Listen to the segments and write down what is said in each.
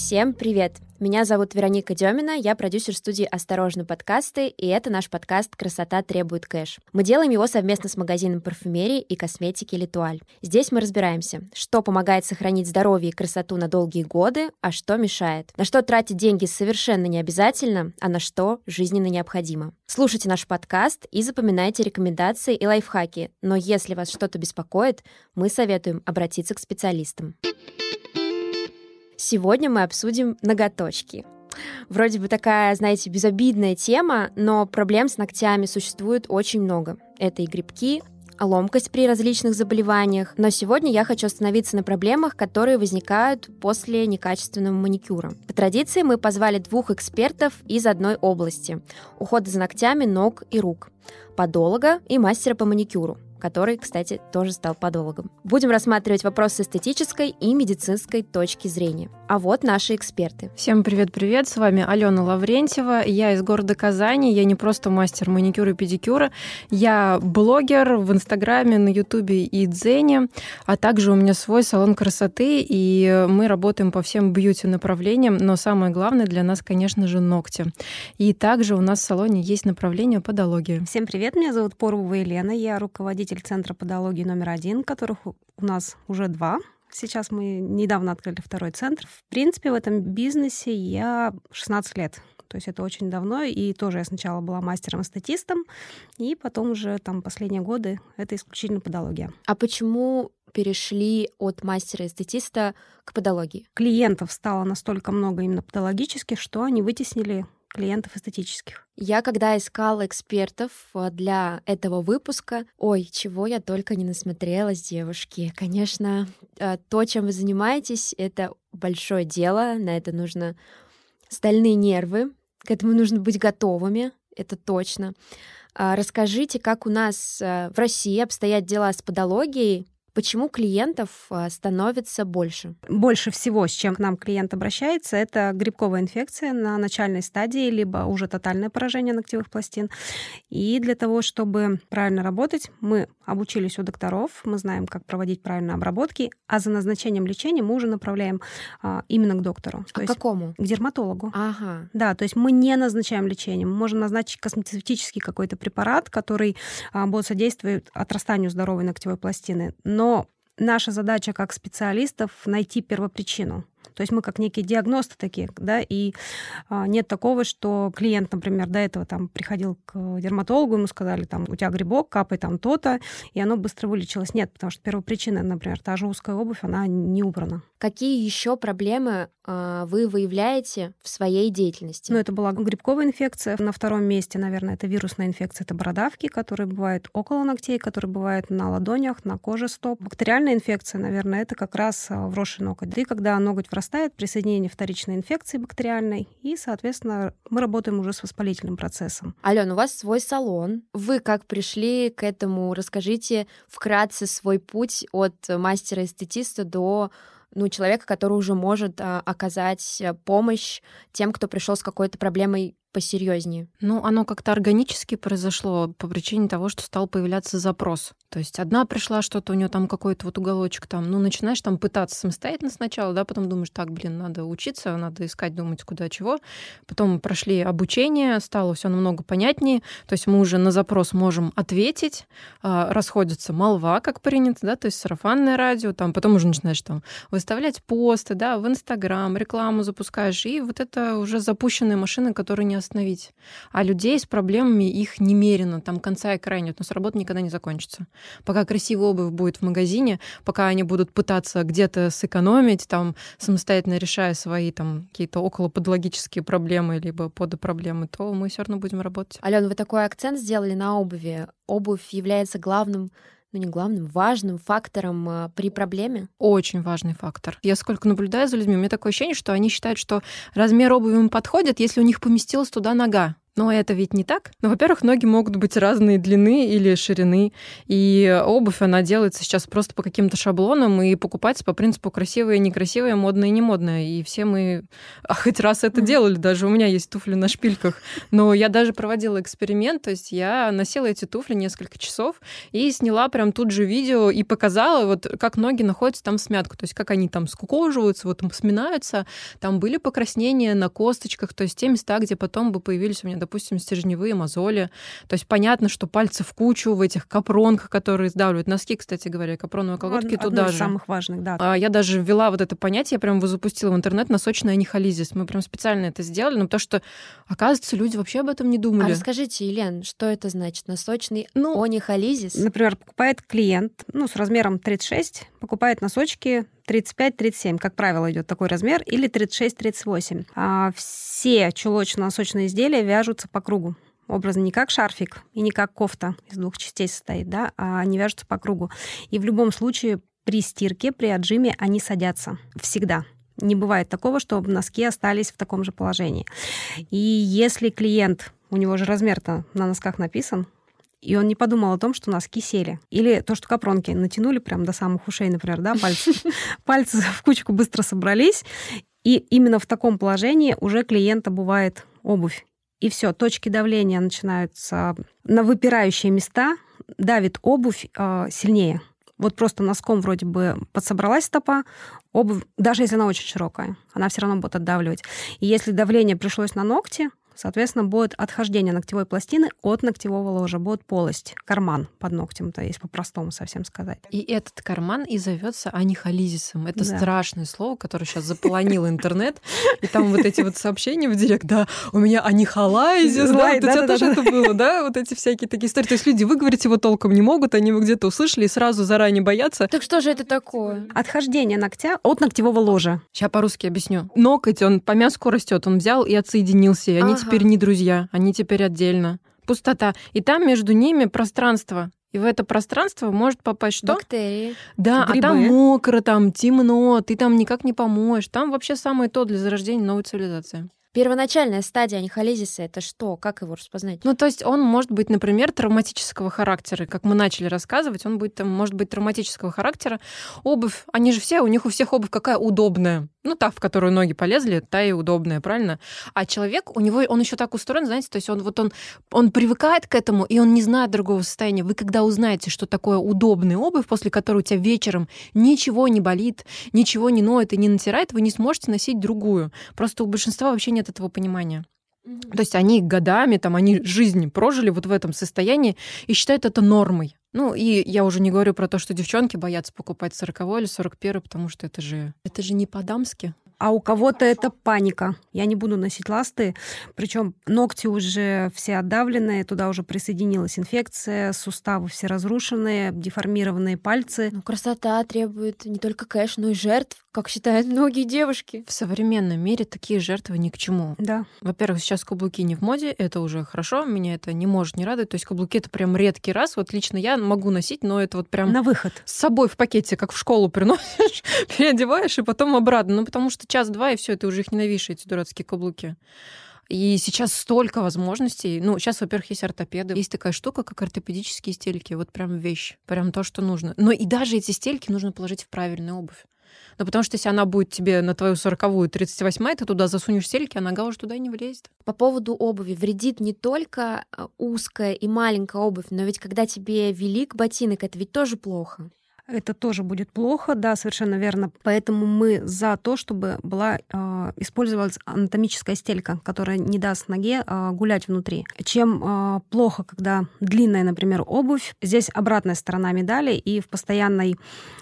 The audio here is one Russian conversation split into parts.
Всем привет! Меня зовут Вероника Демина, я продюсер студии «Осторожно, подкасты», и это наш подкаст «Красота требует кэш». Мы делаем его совместно с магазином парфюмерии и косметики «Летуаль». Здесь мы разбираемся, что помогает сохранить здоровье и красоту на долгие годы, а что мешает. На что тратить деньги совершенно не обязательно, а на что жизненно необходимо. Слушайте наш подкаст и запоминайте рекомендации и лайфхаки, но если вас что-то беспокоит, мы советуем обратиться к специалистам. Сегодня мы обсудим ноготочки. Вроде бы такая, знаете, безобидная тема, но проблем с ногтями существует очень много. Это и грибки, ломкость при различных заболеваниях. Но сегодня я хочу остановиться на проблемах, которые возникают после некачественного маникюра. По традиции мы позвали 2 экспертов из одной области – ухода за ногтями ног и рук, подолога и мастера по маникюру, который, кстати, тоже стал подологом. Будем рассматривать вопросы с эстетической и медицинской точки зрения. А вот наши эксперты. Всем привет-привет, с вами Алена Лаврентьева. Я из города Казани, я не просто мастер маникюра и педикюра, я блогер в Инстаграме, на Ютубе и Дзене, а также у меня свой салон красоты, и мы работаем по всем бьюти-направлениям, но самое главное для нас, конечно же, ногти. И также у нас в салоне есть направление подологии. Всем привет, меня зовут Порвова Елена, я руководитель Центра подологии номер 1, которых у нас уже 2. Сейчас мы недавно открыли 2-й центр. В принципе, в этом бизнесе я 16 лет. То есть это очень давно. И тоже я сначала была мастером-эстетистом, и потом уже последние годы это исключительно подология. А почему перешли от мастера-эстетиста к подологии? Клиентов стало настолько много именно подологических, что они вытеснили клиентов эстетических. Я, когда искала экспертов для этого выпуска, чего я только не насмотрелась, девушки. Конечно, то, чем вы занимаетесь, это большое дело, на это нужно стальные нервы, к этому нужно быть готовыми, это точно. Расскажите, как у нас в России обстоят дела с подологией, почему клиентов становится больше? Больше всего, с чем к нам клиент обращается, это грибковая инфекция на начальной стадии, либо уже тотальное поражение ногтевых пластин. И для того, чтобы правильно работать, мы обучились у докторов, мы знаем, как проводить правильные обработки, а за назначением лечения мы уже направляем именно к доктору. А к какому? К дерматологу. Ага. Да, то есть мы не назначаем лечение, мы можем назначить косметический какой-то препарат, который будет содействовать отрастанию здоровой ногтевой пластины. Но наша задача как специалистов найти первопричину. То есть мы как некие диагносты такие, да, и нет такого, что клиент, например, до этого приходил к дерматологу, ему сказали, у тебя грибок, капай то-то, и оно быстро вылечилось. Нет, потому что первопричина, например, та же узкая обувь, она не убрана. Какие еще проблемы вы выявляете в своей деятельности? Это была грибковая инфекция. На 2-м месте, наверное, это вирусная инфекция, это бородавки, которые бывают около ногтей, которые бывают на ладонях, на коже стоп. Бактериальная инфекция, наверное, это как раз вросший ноготь. И когда ноготь врастает, присоединение вторичной инфекции бактериальной, и, соответственно, мы работаем уже с воспалительным процессом. Алёна, у вас свой салон. Вы как пришли к этому? Расскажите вкратце свой путь от мастера-эстетиста до человека, который уже может оказать помощь тем, кто пришел с какой-то проблемой посерьезнее. Оно как-то органически произошло по причине того, что стал появляться запрос. То есть одна пришла, что-то у нее какой-то уголочек начинаешь пытаться самостоятельно сначала, да, потом думаешь, надо учиться, надо искать, думать, куда чего. Потом прошли обучение, стало все намного понятнее. То есть мы уже на запрос можем ответить, расходится молва, как принято, да, то есть сарафанное радио, потом уже начинаешь выставлять посты, да, в Инстаграм, рекламу запускаешь, и вот это уже запущенные машины, которые не остановить. А людей с проблемами их немерено, конца и края нет, но с работы никогда не закончится. Пока красивая обувь будет в магазине, пока они будут пытаться где-то сэкономить, самостоятельно решая свои какие-то околоподологические проблемы либо подопроблемы, то мы все равно будем работать. Алёна, вы такой акцент сделали на обуви. Обувь является главным, важным фактором при проблеме? Очень важный фактор. Я сколько наблюдаю за людьми, у меня такое ощущение, что они считают, что размер обуви им подходит, если у них поместилась туда нога. Но это ведь не так. Ну, во-первых, ноги могут быть разной длины или ширины, и обувь, она делается сейчас просто по каким-то шаблонам и покупается по принципу красивое и некрасивое, модное и не модное. И все мы хоть раз это делали, даже у меня есть туфли на шпильках. Но я даже проводила эксперимент, то есть я носила эти туфли несколько часов и сняла прям тут же видео и показала, вот как ноги находятся там в смятку, то есть как они там скукоживаются, вот сминаются. Там были покраснения на косточках, то есть те места, где потом бы появились у меня, допустим, стержневые мозоли. То есть понятно, что пальцы в кучу в этих капронках, которые сдавливают. Носки, кстати говоря, капроновые колготки туда же. Одно из самых важных, да. Я даже ввела вот это понятие, я прям его запустила в интернет, носочная анихолизис. Мы прям специально это сделали, потому что, оказывается, люди вообще об этом не думали. А расскажите, Елен, что это значит? Носочный анихолизис? Например, покупает клиент, с размером 36, покупает носочки 35-37, как правило, идет такой размер, или 36-38. Все чулочно-носочные изделия вяжутся по кругу. Образно не как шарфик и не как кофта из 2 частей состоит, да, а они вяжутся по кругу. И в любом случае при стирке, при отжиме они садятся всегда. Не бывает такого, чтобы носки остались в таком же положении. И если клиент, у него же размер-то на носках написан, и он не подумал о том, что носки сели. Или то, что капронки натянули прям до самых ушей, например, да, пальцы в кучку быстро собрались, и именно в таком положении уже клиент обувает обувь. И все, точки давления начинаются на выпирающие места, давит обувь сильнее. Вот просто носком вроде бы подсобралась стопа, обувь, даже если она очень широкая, она все равно будет отдавливать. И если давление пришлось на ногти, соответственно, будет отхождение ногтевой пластины от ногтевого ложа, будет полость, карман под ногтем, то есть по-простому совсем сказать. И этот карман и зовется анихолизисом. Это страшное слово, которое сейчас заполонило интернет. И там вот эти вот сообщения в директ, да, у меня анихолизис, да, вот у тебя тоже это было, да, вот эти всякие такие истории. То есть люди выговорить его толком не могут, они его где-то услышали и сразу заранее боятся. Так что же это такое? Отхождение ногтя от ногтевого ложа. Сейчас по-русски объясню. Ноготь, он по мяску растет, он взял и отсоединился, и они теперь не друзья, они теперь отдельно. Пустота. И там между ними пространство. И в это пространство может попасть что? Бактерии. Да, грибы. А там мокро, там темно, ты там никак не помоешь. Там вообще самое то для зарождения новой цивилизации. Первоначальная стадия анихолизиса — это что? Как его распознать? То есть он может быть, например, травматического характера. Как мы начали рассказывать, он может быть травматического характера. Обувь, они же все, у них у всех обувь какая удобная. Та, в которую ноги полезли, та и удобная, правильно? А человек, он еще так устроен, знаете, то есть он привыкает к этому, и он не знает другого состояния. Вы когда узнаете, что такое удобная обувь, после которой у тебя вечером ничего не болит, ничего не ноет и не натирает, вы не сможете носить другую. Просто у большинства вообще нет этого понимания. То есть они годами, они жизнь прожили вот в этом состоянии и считают это нормой. И я уже не говорю про то, что девчонки боятся покупать 40-й или 41-й, потому что это же не по-дамски. А у кого-то это паника. Я не буду носить ласты. Причем ногти уже все отдавленные, туда уже присоединилась инфекция, суставы все разрушенные, деформированные пальцы. Красота требует не только кэш, но и жертв, как считают многие девушки. В современном мире такие жертвы ни к чему. Да. Во-первых, сейчас каблуки не в моде, это уже хорошо, меня это не может не радовать. То есть каблуки — это прям редкий раз. Вот лично я могу носить, но это вот прям... На выход. С собой в пакете, как в школу приносишь, переодеваешь и потом обратно. Потому что час-два, и все, ты уже их ненавидишь, эти дурацкие каблуки. И сейчас столько возможностей. Сейчас, во-первых, есть ортопеды. Есть такая штука, как ортопедические стельки. Вот прям вещь. Прям то, что нужно. Но и даже эти стельки нужно положить в правильную обувь. Потому что если она будет тебе на твою 40-ю 38-й, ты туда засунешь стельки, а нога уже туда и не влезет. По поводу обуви. Вредит не только узкая и маленькая обувь, но ведь когда тебе велик ботинок, это ведь тоже плохо. Это тоже будет плохо, да, совершенно верно. Поэтому мы за то, чтобы использовалась анатомическая стелька, которая не даст ноге гулять внутри. Чем плохо, когда длинная, например, обувь, здесь обратная сторона медали, и в постоянном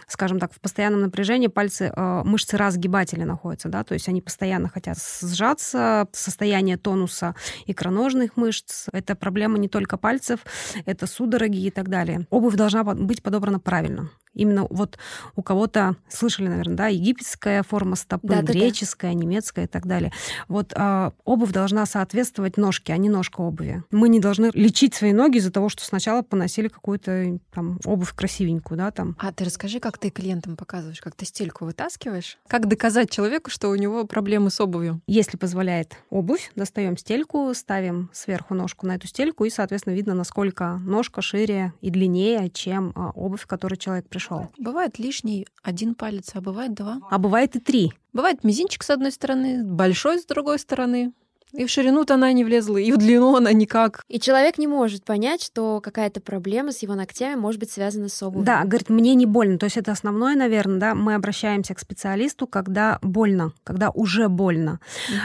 напряжении мышцы разгибателя находятся, да, то есть они постоянно хотят сжаться, состояние тонуса икроножных мышц. Это проблема не только пальцев, это судороги и так далее. Обувь должна быть подобрана правильно. Именно вот у кого-то, слышали, наверное, да, египетская форма стопы, греческая, немецкая и так далее. Вот обувь должна соответствовать ножке, а не ножка обуви. Мы не должны лечить свои ноги из-за того, что сначала поносили какую-то там обувь красивенькую, да, там. А ты расскажи, как ты клиентам показываешь, как ты стельку вытаскиваешь? Как доказать человеку, что у него проблемы с обувью? Если позволяет обувь, достаем стельку, ставим сверху ножку на эту стельку, и, соответственно, видно, насколько ножка шире и длиннее, чем обувь, в которой человек пришел. Бывает лишний 1 палец, а бывает 2. А бывает и 3. Бывает мизинчик с одной стороны, большой с другой стороны. И в ширину-то она не влезла, и в длину она никак. И человек не может понять, что какая-то проблема с его ногтями может быть связана с обувью. Да, говорит, мне не больно. То есть это основное, наверное, да, мы обращаемся к специалисту, когда больно, когда уже больно.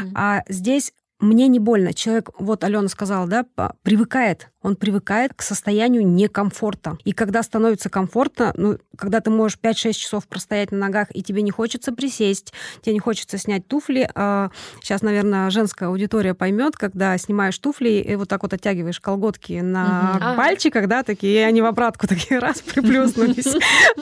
А здесь мне не больно. Человек, вот Алена сказала, да, привыкает. Он привыкает к состоянию некомфорта. И когда становится комфортно, когда ты можешь 5-6 часов простоять на ногах, и тебе не хочется присесть, тебе не хочется снять туфли. Сейчас, наверное, женская аудитория поймет, когда снимаешь туфли и вот так вот оттягиваешь колготки на пальчиках, да, такие, и они в обратку такие раз приплюснулись.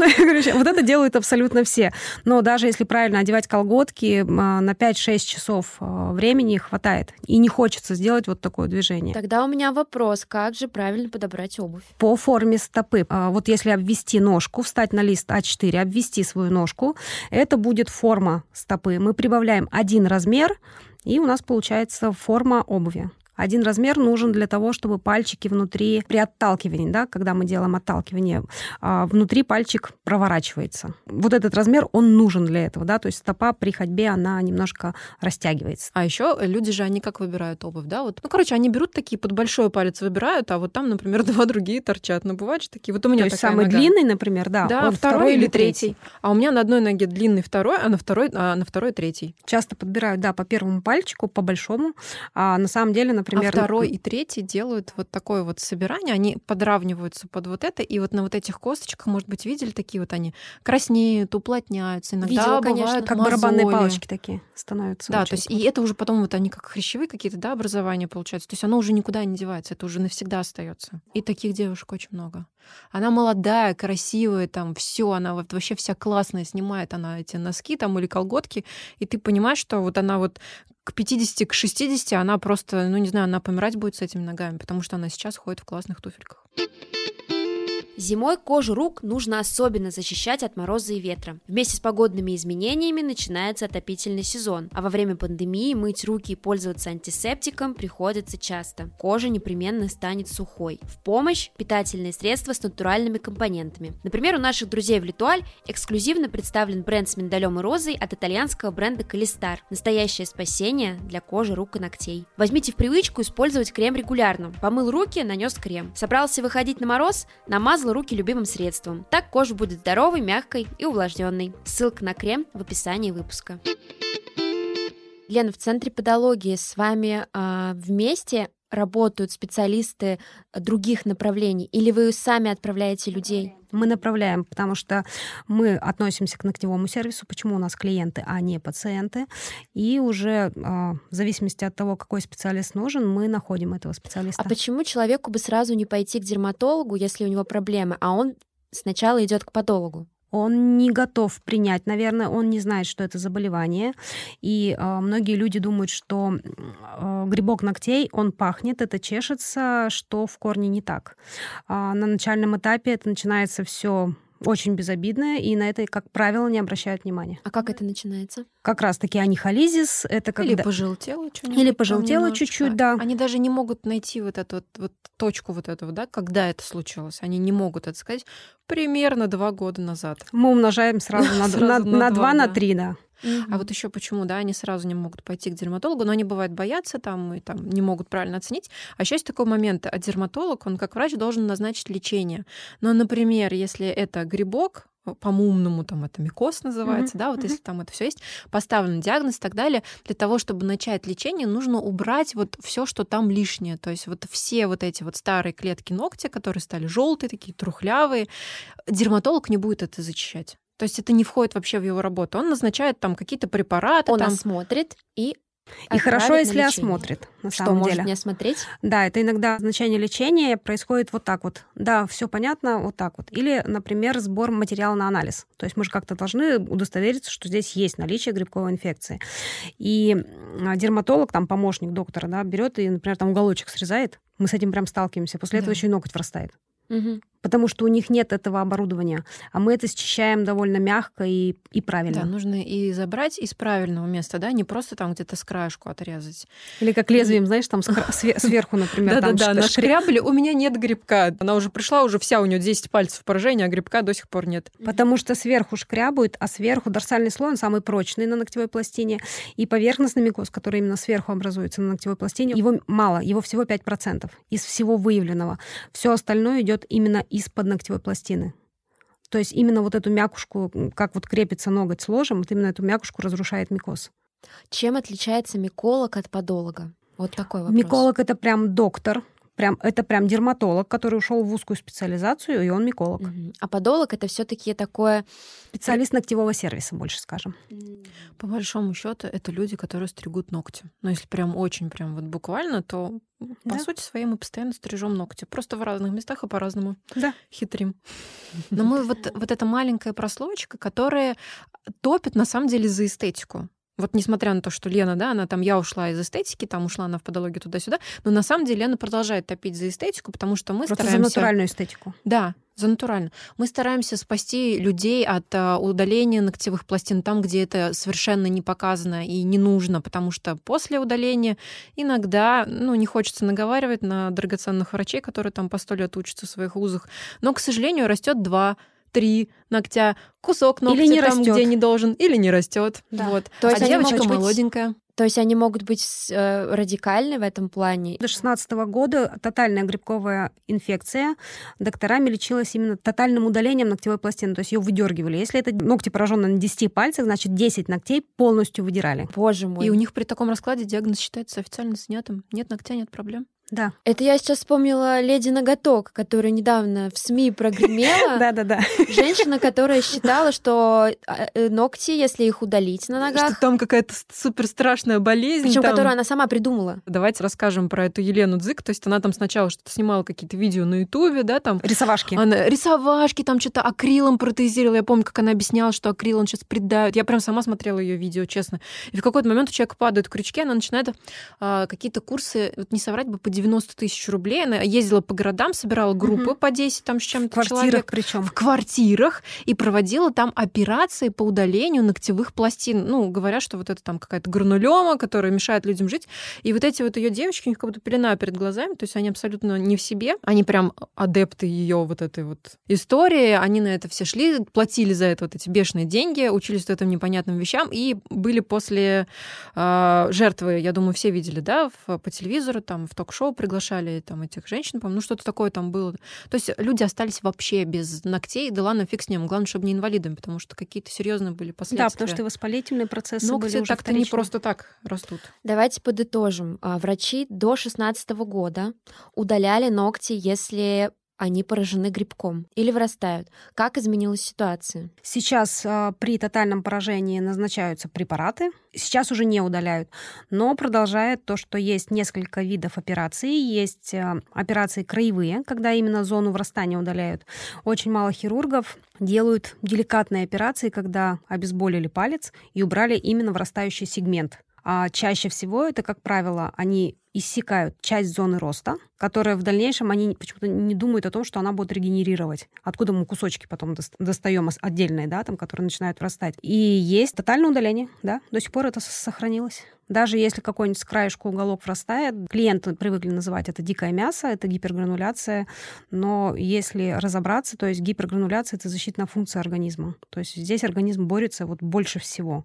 Вот это делают абсолютно все. Но даже если правильно одевать колготки, на 5-6 часов времени хватает. И не хочется сделать вот такое движение. Тогда у меня вопрос, как же правильно подобрать обувь? По форме стопы. Вот если обвести ножку, встать на лист А4, обвести свою ножку, это будет форма стопы. Мы прибавляем 1 размер, и у нас получается форма обуви. 1 размер нужен для того, чтобы пальчики внутри, при отталкивании, да, когда мы делаем отталкивание, внутри пальчик проворачивается. Вот этот размер, он нужен для этого, да, то есть стопа при ходьбе, она немножко растягивается. А еще люди же, они как выбирают обувь, да, вот, они берут такие, под большой палец выбирают, а вот там, например, 2 другие торчат. Но бывает же такие, вот у меня то есть такая самый нога. длинный, например, да, он второй или третий. А у меня на одной ноге длинный второй, а на второй третий. Часто подбирают, да, по первому пальчику, по большому, а на самом деле, например... А второй и третий делают вот такое вот собирание, они подравниваются под вот это, и вот на вот этих косточках, может быть, видели, такие вот они краснеют, уплотняются, иногда видела, бывают конечно, как мозоли. барабанные палочки такие становятся. Да, то есть и это уже потом вот они как хрящевые какие-то, да, образования получаются, то есть оно уже никуда не девается, это уже навсегда остается. И таких девушек очень много. Она молодая, красивая, там все, она вот вообще вся классная, снимает она эти носки там или колготки, и ты понимаешь, что вот она вот к 50, к 60 она просто, не знаю, она помирать будет с этими ногами, потому что она сейчас ходит в классных туфельках. Зимой кожу рук нужно особенно защищать от мороза и ветра. Вместе с погодными изменениями начинается отопительный сезон, а во время пандемии мыть руки и пользоваться антисептиком приходится часто. Кожа непременно станет сухой. В помощь питательные средства с натуральными компонентами. Например, у наших друзей в Литуаль эксклюзивно представлен бренд с миндалем и розой от итальянского бренда Калистар. Настоящее спасение для кожи, рук и ногтей. Возьмите в привычку использовать крем регулярно. Помыл руки, нанес крем. Собрался выходить на мороз, намазал руки любимым средством. Так кожа будет здоровой, мягкой и увлажненной. Ссылка на крем в описании выпуска. Лена, в Центре подологии с вами вместе работают специалисты других направлений, или вы сами отправляете людей? Мы направляем, потому что мы относимся к ногтевому сервису, почему у нас клиенты, а не пациенты. И уже в зависимости от того, какой специалист нужен, мы находим этого специалиста. А почему человеку бы сразу не пойти к дерматологу, если у него проблемы, а он сначала идет к подологу? Он не готов принять, наверное, он не знает, что это заболевание. И многие люди думают, что грибок ногтей, он пахнет, это чешется, что в корне не так. На начальном этапе это начинается все очень безобидное, и на это, как правило, не обращают внимания. А как это начинается? Как раз-таки анихолизис. Это когда... Или пожелтело что-нибудь. Или пожелтело чуть-чуть, да. Они даже не могут найти вот эту вот точку вот этого, да, когда это случилось. Они не могут это сказать. Примерно 2 года назад. Мы умножаем сразу на 2, на 3, да. А вот еще почему, да, они сразу не могут пойти к дерматологу, но они, бывает, боятся там и там не могут правильно оценить. А еще есть такой момент, а дерматолог, он как врач должен назначить лечение. Но, например, если это грибок, по-умному там это микоз называется, да, вот если там это все есть, поставлен диагноз и так далее, для того, чтобы начать лечение, нужно убрать вот все, что там лишнее, то есть вот все вот эти вот старые клетки ногтя, которые стали желтые, такие трухлявые, дерматолог не будет это зачищать. То есть это не входит вообще в его работу. Он назначает там какие-то препараты. Он осмотрит и И хорошо, отправить если на лечение. осмотрит, на Что, самом может деле. не осмотреть? Да, это иногда назначение лечения происходит вот так вот. Да, все понятно, вот так вот. Или, например, сбор материала на анализ. То есть мы же как-то должны удостовериться, что здесь есть наличие грибковой инфекции. И дерматолог, там помощник доктора, да, берет и, например, там уголочек срезает. Мы с этим прям сталкиваемся. После этого еще и ноготь вырастает. Угу. Потому что у них нет этого оборудования. А мы это счищаем довольно мягко и правильно. Да, нужно и забрать из правильного места, да, не просто там где-то с краешку отрезать. Или как лезвием, знаешь, там сверху, например. Да-да-да, нашкрябали, у меня нет грибка. Она уже пришла, уже вся, у нее 10 пальцев поражения, а грибка до сих пор нет. Потому что сверху шкрябают, а сверху дорсальный слой, он самый прочный на ногтевой пластине, и поверхностный микоз, который именно сверху образуется на ногтевой пластине, его мало, его всего 5% из всего выявленного. Все остальное идет именно из-под ногтевой пластины. То есть именно вот эту мякушку, как вот крепится ноготь с ложем, вот именно эту мякушку разрушает микоз. Чем отличается миколог от подолога? Вот такой вопрос. Миколог — это прям доктор, это прям дерматолог, который ушел в узкую специализацию, и он миколог. А подолог — это все-таки такое... Специалист ногтевого сервиса, больше скажем. По большому счету, это люди, которые стригут ногти. Но если прям очень прям вот буквально, то по сути своей мы постоянно стрижем ногти. Просто в разных местах и по-разному хитрим. Но мы вот эта маленькая прослойка, которая топит на самом деле за эстетику. Вот несмотря на то, что Лена, да, она там, я ушла из эстетики, там ушла она в подологию туда-сюда, но на самом деле Лена продолжает топить за эстетику, потому что мы просто стараемся... за натуральную эстетику. Да, за натурально. Мы стараемся спасти людей от удаления ногтевых пластин там, где это совершенно не показано и не нужно, потому что после удаления иногда, не хочется наговаривать на драгоценных врачей, которые там по 100 лет учатся в своих вузах, но, к сожалению, растет 2-3 ногтя, кусок ногтя или не там, растет, где не должен, или не растет. Да. Вот. То есть девочка молоденькая. То есть они могут быть радикальны в этом плане? До 2016 года тотальная грибковая инфекция докторами лечилась именно тотальным удалением ногтевой пластины, то есть ее выдергивали. Если это ногти, пораженные на 10 пальцах, значит 10 ногтей полностью выдирали. Боже мой. И у них при таком раскладе диагноз считается официально снятым. Нет ногтя, нет проблем. Да. Это я сейчас вспомнила леди Ноготок, которая недавно в СМИ прогремела. Да-да-да. Женщина, которая считала, что ногти, если их удалить на ногах... Что там какая-то супер страшная болезнь. Причем которую она сама придумала. Давайте расскажем про эту Елену Дзык. То есть она там сначала что-то снимала, какие-то видео на Ютубе, да, там... Рисовашки. Она рисовашки, там что-то акрилом протезировала. Я помню, как она объясняла, что акрил он сейчас придавит. Я прям сама смотрела ее видео, честно. И в какой-то момент у человека падают крючки, она начинает какие-то курсы, вот не соврать бы, по 90 тысяч рублей. Она ездила по городам, собирала группы по 10 там с чем-то человек. Причем. В квартирах. И проводила там операции по удалению ногтевых пластин. Говорят, что вот это там какая-то гранулема, которая мешает людям жить. И вот эти вот ее девочки, у них как будто пелена перед глазами, то есть они абсолютно не в себе. Они прям адепты ее вот этой вот истории. Они на это все шли, платили за это вот эти бешеные деньги, учились вот этим непонятным вещам и были после жертвы, я думаю, все видели, да, по телевизору, там в ток-шоу приглашали там этих женщин, по-моему, что-то такое там было. То есть люди остались вообще без ногтей, да ладно, фиг с ним, главное, чтобы не инвалидами, потому что какие-то серьезные были последствия. Да, потому что и воспалительные процессы ногти были уже так-то не просто так растут. Давайте подытожим. Врачи до 2016 года удаляли ногти, если они поражены грибком или вырастают. Как изменилась ситуация? Сейчас при тотальном поражении назначаются препараты. Сейчас уже не удаляют. Но продолжает то, что есть несколько видов операций. Есть операции краевые, когда именно зону врастания удаляют. Очень мало хирургов делают деликатные операции, когда обезболили палец и убрали именно врастающий сегмент. А чаще всего это, как правило, они иссякают часть зоны роста, которая в дальнейшем они почему-то не думают о том, что она будет регенерировать. Откуда мы кусочки потом достаем отдельные, да, там, которые начинают вырастать. И есть тотальное удаление, да, до сих пор это сохранилось. Даже если какой-нибудь с краешку уголок врастает, клиенты привыкли называть это дикое мясо, это гипергрануляция, но если разобраться, то есть гипергрануляция — это защитная функция организма. То есть здесь организм борется вот больше всего.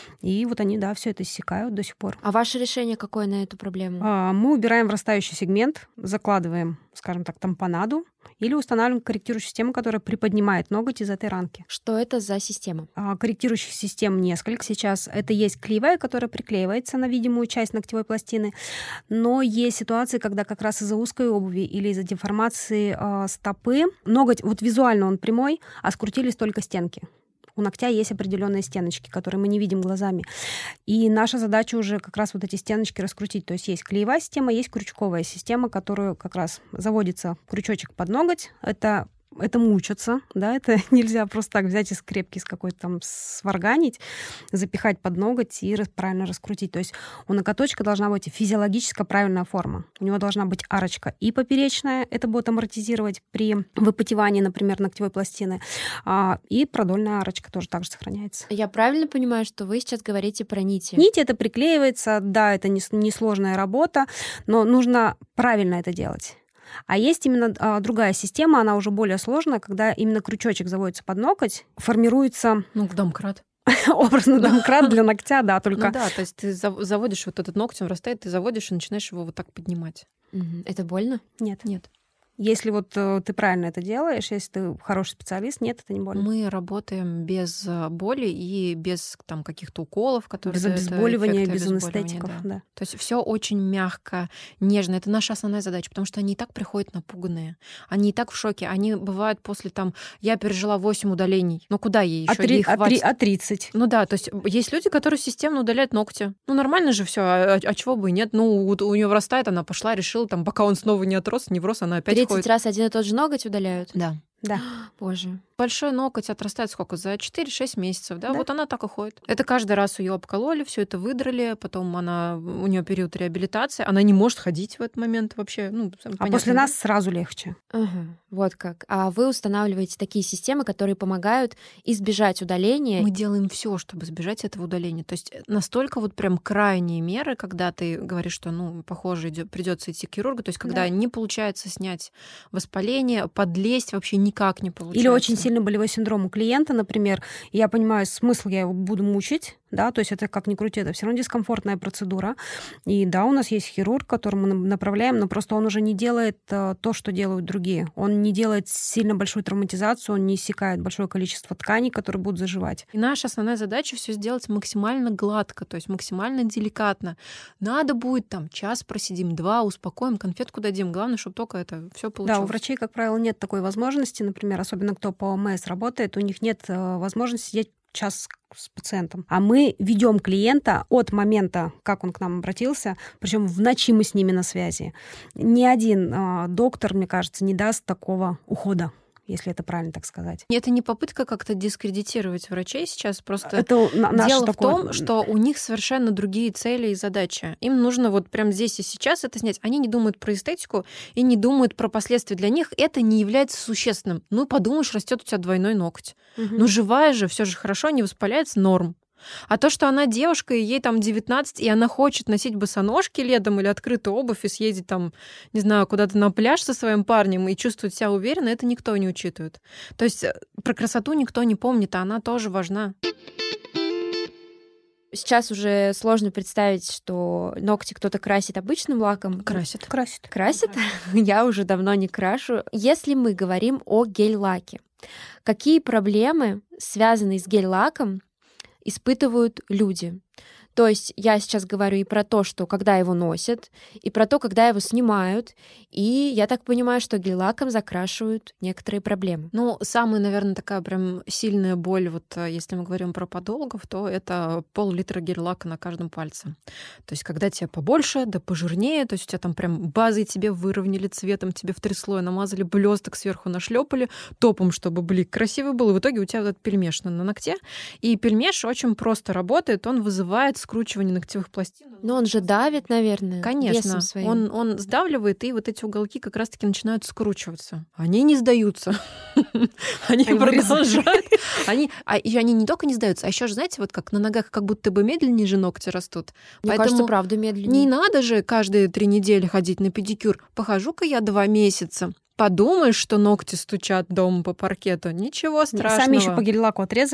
И вот они, да, все это иссякают до сих пор. А ваше решение какое на эту проблему? Мы убираем врастающий сегмент, закладываем, скажем так, тампонаду или устанавливаем корректирующую систему, которая приподнимает ноготь из этой ранки. Что это за система? Корректирующих систем несколько сейчас. Это есть клеевая, которая приклеивается на видимую часть ногтевой пластины, но есть ситуации, когда как раз из-за узкой обуви или из-за деформации стопы ноготь, вот визуально он прямой, а скрутились только стенки. у ногтя есть определенные стеночки, которые мы не видим глазами. И наша задача уже как раз вот эти стеночки раскрутить. То есть есть клеевая система, есть крючковая система, которую как раз заводится крючочек под ноготь. Это мучаться, да, это нельзя просто так взять и скрепки с какой-то там сварганить, запихать под ноготь и правильно раскрутить. То есть у ноготочка должна быть физиологически правильная форма. У него должна быть арочка и поперечная, это будет амортизировать при выпотевании, например, ногтевой пластины, и продольная арочка тоже так же сохраняется. Я правильно понимаю, что вы сейчас говорите про нити? Нити это приклеивается, да, это несложная работа, но нужно правильно это делать. А есть именно другая система, она уже более сложная, когда именно крючочек заводится под ноготь, формируется... домкрат. Образно домкрат для ногтя, да, только... Ну да, то есть ты заводишь вот этот ноготь, он растает, ты заводишь и начинаешь его вот так поднимать. Это больно? Нет. Нет. Если вот ты правильно это делаешь, если ты хороший специалист, нет, это не больно. Мы работаем без боли и без там каких-то уколов, которые без обезболивания, без анестетиков, да. То есть все очень мягко, нежно. Это наша основная задача, потому что они и так приходят напуганные, они и так в шоке. Они бывают после я пережила 8 удалений. Ну куда ей еще? Ей хватит. 30. Ну да, то есть есть люди, которые системно удаляют ногти. Ну нормально же все, а чего бы и нет? Ну у нее вырастает, она пошла, решила, пока он снова не отрос, не врос, она опять 30 раз один и тот же ноготь удаляют? Да. Да. Боже. Большой ноготь отрастает сколько? За 4-6 месяцев, да? Вот она так и ходит. Это каждый раз ее обкололи, все это выдрали, потом у нее период реабилитации, она не может ходить в этот момент вообще. А после нас сразу легче. Вот как. А вы устанавливаете такие системы, которые помогают избежать удаления? Мы делаем все, чтобы избежать этого удаления. То есть настолько вот прям крайние меры, когда ты говоришь, что, похоже, придется идти к хирургу, то есть когда не получается снять воспаление, подлезть вообще никак не получается. Или очень сильный болевой синдром у клиента, например, я понимаю, смысл я его буду мучить, да, то есть это как ни крути, это все равно дискомфортная процедура. И да, у нас есть хирург, которому мы направляем, но просто он уже не делает то, что делают другие. Он не делает сильно большую травматизацию, он не иссякает большое количество тканей, которые будут заживать. И наша основная задача все сделать максимально гладко, то есть максимально деликатно. Надо будет час просидим, 2, успокоим, конфетку дадим. Главное, чтобы только это все получилось. Да, у врачей, как правило, нет такой возможности, например, особенно кто по ОМС работает, у них нет возможности сидеть час с пациентом. А мы ведем клиента от момента, как он к нам обратился, причем в ночи мы с ними на связи. Ни один доктор, мне кажется, не даст такого ухода, если это правильно так сказать. Это не попытка как-то дискредитировать врачей сейчас, просто это дело в том, что у них совершенно другие цели и задачи. Им нужно вот прямо здесь и сейчас это снять. Они не думают про эстетику и не думают про последствия. Для них это не является существенным. Подумаешь, растет у тебя двойной ноготь. Живая же, все же хорошо, не воспаляется, норм. А то, что она девушка, и ей 19, и она хочет носить босоножки летом или открытую обувь и съездить не знаю, куда-то на пляж со своим парнем и чувствовать себя уверенно, это никто не учитывает. То есть про красоту никто не помнит, а она тоже важна. Сейчас уже сложно представить, что ногти кто-то красит обычным лаком. Красит. Красит? Я уже давно не крашу. Если мы говорим о гель-лаке, какие проблемы, связанные с гель-лаком, испытывают люди? То есть я сейчас говорю и про то, что когда его носят, и про то, когда его снимают, и я так понимаю, что гель-лаком закрашивают некоторые проблемы. Самая, наверное, такая прям сильная боль, если мы говорим про подологов, то это пол-литра гель-лака на каждом пальце. То есть когда тебе побольше, да пожирнее, то есть у тебя там прям базой тебе выровняли цветом, тебе в 3 слоя намазали, блесток сверху нашлепали, топом, чтобы блик красивый был, и в итоге у тебя вот это пельмеш на ногте. И пельмеш очень просто работает, он вызывает скручивание ногтевых пластин. Но он же давит, наверное, конечно, он сдавливает, и вот эти уголки как раз-таки начинают скручиваться. Они не сдаются. Они продолжают. Они не только не сдаются, а еще же, знаете, вот как на ногах как будто бы медленнее же ногти растут. Мне кажется, правда, медленнее. Не надо же каждые 3 недели ходить на педикюр. Похожу-ка я 2 месяца. Подумаешь, что ногти стучат дома по паркету. Ничего страшного. Сами еще по гель-лаку отрезали?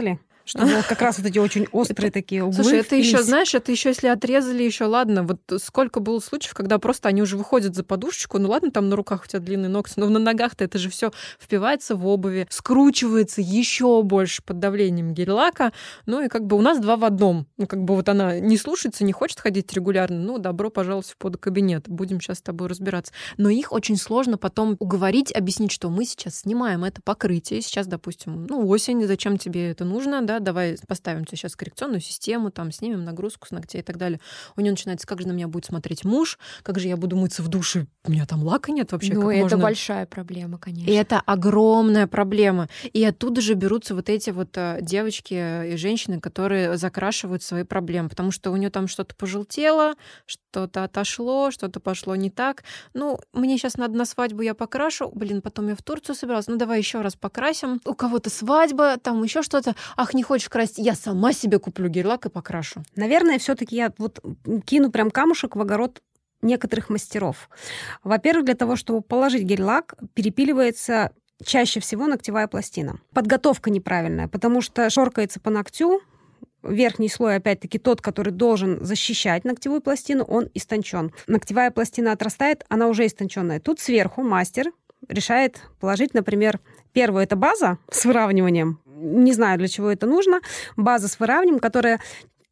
чтобы как раз вот эти очень острые такие углы. Слушай, это еще, впились. знаешь, это еще если отрезали, еще ладно. Вот сколько было случаев, когда просто они уже выходят за подушечку, ну ладно, там на руках у тебя длинные ногти, но на ногах-то это же все впивается в обуви, скручивается еще больше под давлением гель-лака. Ну и как бы у нас 2 в 1. Ну как бы вот она не слушается, не хочет ходить регулярно. Ну, добро пожаловать в подкабинет. Будем сейчас с тобой разбираться. Но их очень сложно потом уговорить, объяснить, что мы сейчас снимаем это покрытие. Сейчас, допустим, осень, зачем тебе это нужно, да, давай поставим тебе сейчас коррекционную систему, там, снимем нагрузку с ногтей и так далее. У нее начинается, как же на меня будет смотреть муж, как же я буду мыться в душе, у меня там лака нет вообще. Ну, как это можно... большая проблема, конечно. И это огромная проблема. И оттуда же берутся вот эти вот девочки и женщины, которые закрашивают свои проблемы, потому что у нее там что-то пожелтело, что-то отошло, что-то пошло не так. Ну, мне сейчас надо на свадьбу, я покрашу. Блин, потом я в Турцию собиралась. Ну, давай еще раз покрасим. У кого-то свадьба, там еще что-то. Ах, не хочешь красить? Я сама себе куплю гель-лак и покрашу. Наверное, все-таки я вот кину прям камушек в огород некоторых мастеров. Во-первых, для того, чтобы положить гель-лак, перепиливается чаще всего ногтевая пластина. Подготовка неправильная, потому что шоркается по ногтю, верхний слой, опять-таки, тот, который должен защищать ногтевую пластину, он истончен. Ногтевая пластина отрастает, она уже истонченная. Тут сверху мастер решает положить, например, первую — это база с выравниванием. Не знаю, для чего это нужно. База с выравниванием, которая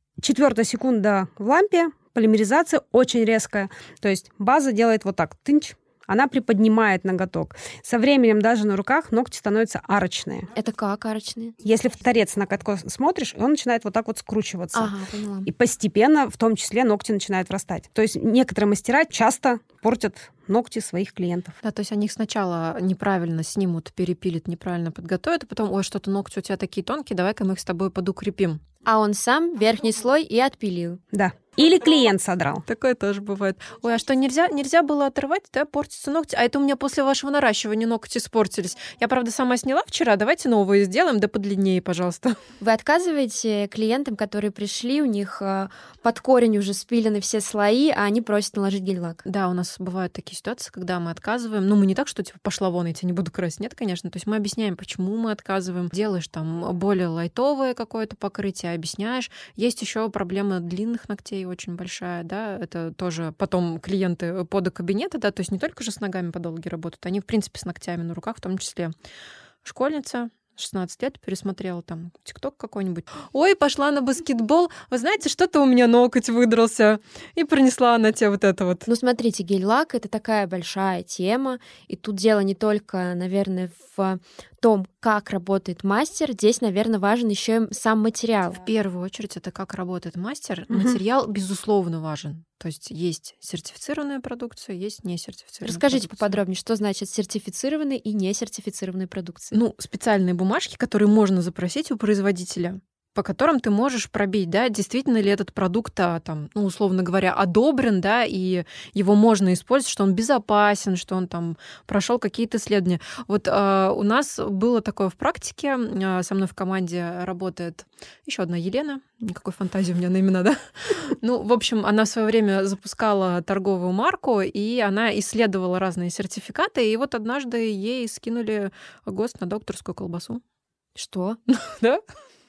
4 секунда в лампе, полимеризация очень резкая. То есть база делает вот так, тынч, она приподнимает ноготок. Со временем даже на руках ногти становятся арочные. Это как арочные? Если в торец ноготок смотришь, он начинает вот так вот скручиваться. Ага, поняла. И постепенно, в том числе, ногти начинают вырастать. То есть некоторые мастера часто портят ногти своих клиентов. Да, то есть они их сначала неправильно снимут, перепилят, неправильно подготовят, а потом, ой, что-то ногти у тебя такие тонкие, давай-ка мы их с тобой подукрепим. А он сам верхний слой и отпилил. Да. Или клиент содрал. Такое тоже бывает. Ой, а что, нельзя было отрывать, да, портятся ногти? А это у меня после вашего наращивания ногти испортились. Я, правда, сама сняла вчера, давайте новые сделаем, да подлиннее, пожалуйста. Вы отказываете клиентам, которые пришли, у них под корень уже спилены все слои, а они просят наложить гель-лак? Да, у нас бывают такие ситуации, когда мы отказываем. Ну, мы не так, что типа пошла вон, я тебя не буду красить. Нет, конечно. То есть мы объясняем, почему мы отказываем. Делаешь там более лайтовое какое-то покрытие, объясняешь. Есть еще проблема длинных ногтей очень большая, да, это тоже потом клиенты подокабинета, да, то есть не только же с ногами подологи работают, они, в принципе, с ногтями на руках, в том числе. Школьница, 16 лет, пересмотрела там ТикТок какой-нибудь. Ой, пошла на баскетбол. Вы знаете, что-то у меня ноготь выдрался. И принесла она тебе вот это вот. Ну, смотрите, гель-лак — это такая большая тема, и тут дело не только, наверное, в том, как работает мастер. Здесь, наверное, важен еще и сам материал. В первую очередь, это как работает мастер. Материал, безусловно, важен. То есть есть сертифицированная продукция, есть несертифицированная. Расскажите продукция. поподробнее, что значит сертифицированная и несертифицированная продукция? Ну, специальные бумажки, которые можно запросить у производителя, по которым ты можешь пробить, да, действительно ли этот продукт, там, ну, условно говоря, одобрен, да, и его можно использовать, что он безопасен, что он там прошел какие-то исследования. Вот у нас было такое в практике, со мной в команде работает еще одна Елена, никакой фантазии у меня на имена, да. Ну, в общем, она в свое время запускала торговую марку, и она исследовала разные сертификаты, и вот однажды ей скинули ГОСТ на докторскую колбасу. Что? Да?